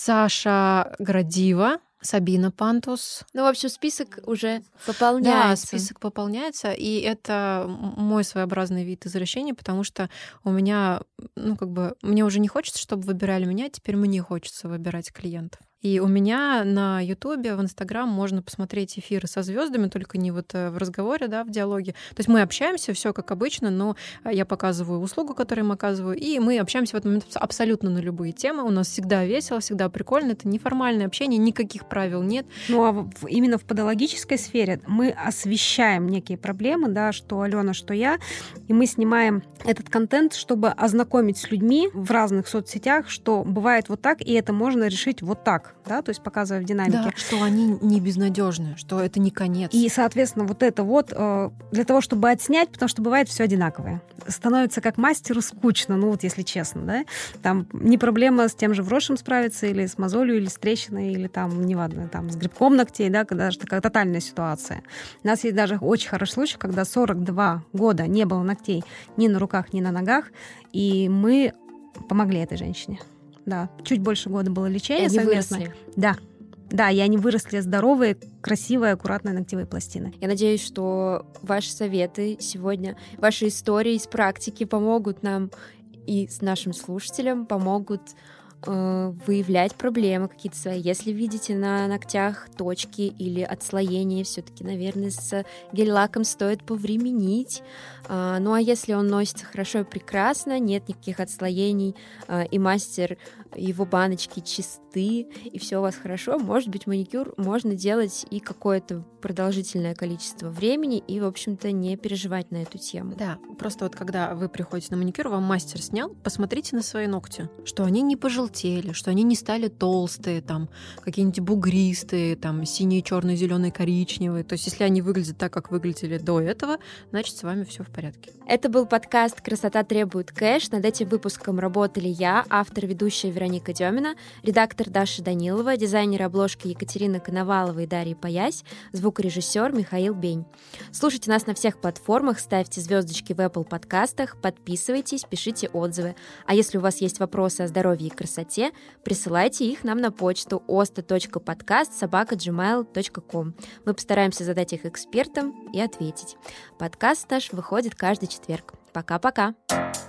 Саша Градива, Сабина Пантус. В общем, список уже пополняется. Да, список пополняется, и это мой своеобразный вид извращения, потому что у меня, мне уже не хочется, чтобы выбирали меня, теперь мне хочется выбирать клиентов. И у меня на Ютубе, в Инстаграм можно посмотреть эфиры со звездами, только не вот в разговоре, да, в диалоге. То есть мы общаемся, все как обычно, но я показываю услугу, которую им оказываю, и мы общаемся в этот момент абсолютно на любые темы. У нас всегда весело, всегда прикольно. Это неформальное общение, никаких правил нет. Именно в подологической сфере мы освещаем некие проблемы, да, что Алена, что я, и мы снимаем этот контент, чтобы ознакомить с людьми в разных соцсетях, что бывает вот так, и это можно решить вот так. Да, то есть показывая в динамике. Да, что они не безнадежны, что это не конец. И, соответственно, вот это для того, чтобы отснять, потому что бывает все одинаковое. Становится как мастеру скучно, если честно, да. Там не проблема с тем же вросшим справиться, или с мозолью, или с трещиной, или неважно, с грибком ногтей, да, когда же такая тотальная ситуация. У нас есть даже очень хороший случай, когда 42 года не было ногтей ни на руках, ни на ногах, и мы помогли этой женщине. Да, чуть больше года было лечение совместно. Выросли. Да, и они выросли здоровые, красивые, аккуратные ногтевые пластины. Я надеюсь, что ваши советы сегодня, ваши истории из практики помогут нам и с нашим слушателям, помогут выявлять проблемы какие-то свои. Если видите на ногтях точки или отслоения, все-таки, наверное, с гель-лаком стоит повременить. А если он носится хорошо и прекрасно, нет никаких отслоений, и мастер, его баночки чисты, и все у вас хорошо, может быть, маникюр можно делать и какое-то продолжительное количество времени, и, в общем-то, не переживать на эту тему. Да, просто когда вы приходите на маникюр, вам мастер снял, посмотрите на свои ногти, что они не пожелтели, что они не стали толстые, какие-нибудь бугристые, синие, черные, зеленые, коричневые. То есть, если они выглядят так, как выглядели до этого, значит, с вами все в порядке. Это был подкаст «Красота требует кэш». Над этим выпуском работали я, автор, ведущая Вероника Демина, редактор Даша Данилова, дизайнер обложки Екатерина Коновалова и Дарья Паясь, звукорежиссер Михаил Бень. Слушайте нас на всех платформах, ставьте звездочки в Apple подкастах, подписывайтесь, пишите отзывы. А если у вас есть вопросы о здоровье и красоте, присылайте их нам на почту osta.podcast@gmail.com. Мы постараемся задать их экспертам и ответить. Подкаст наш выходит каждый четверг. Пока-пока!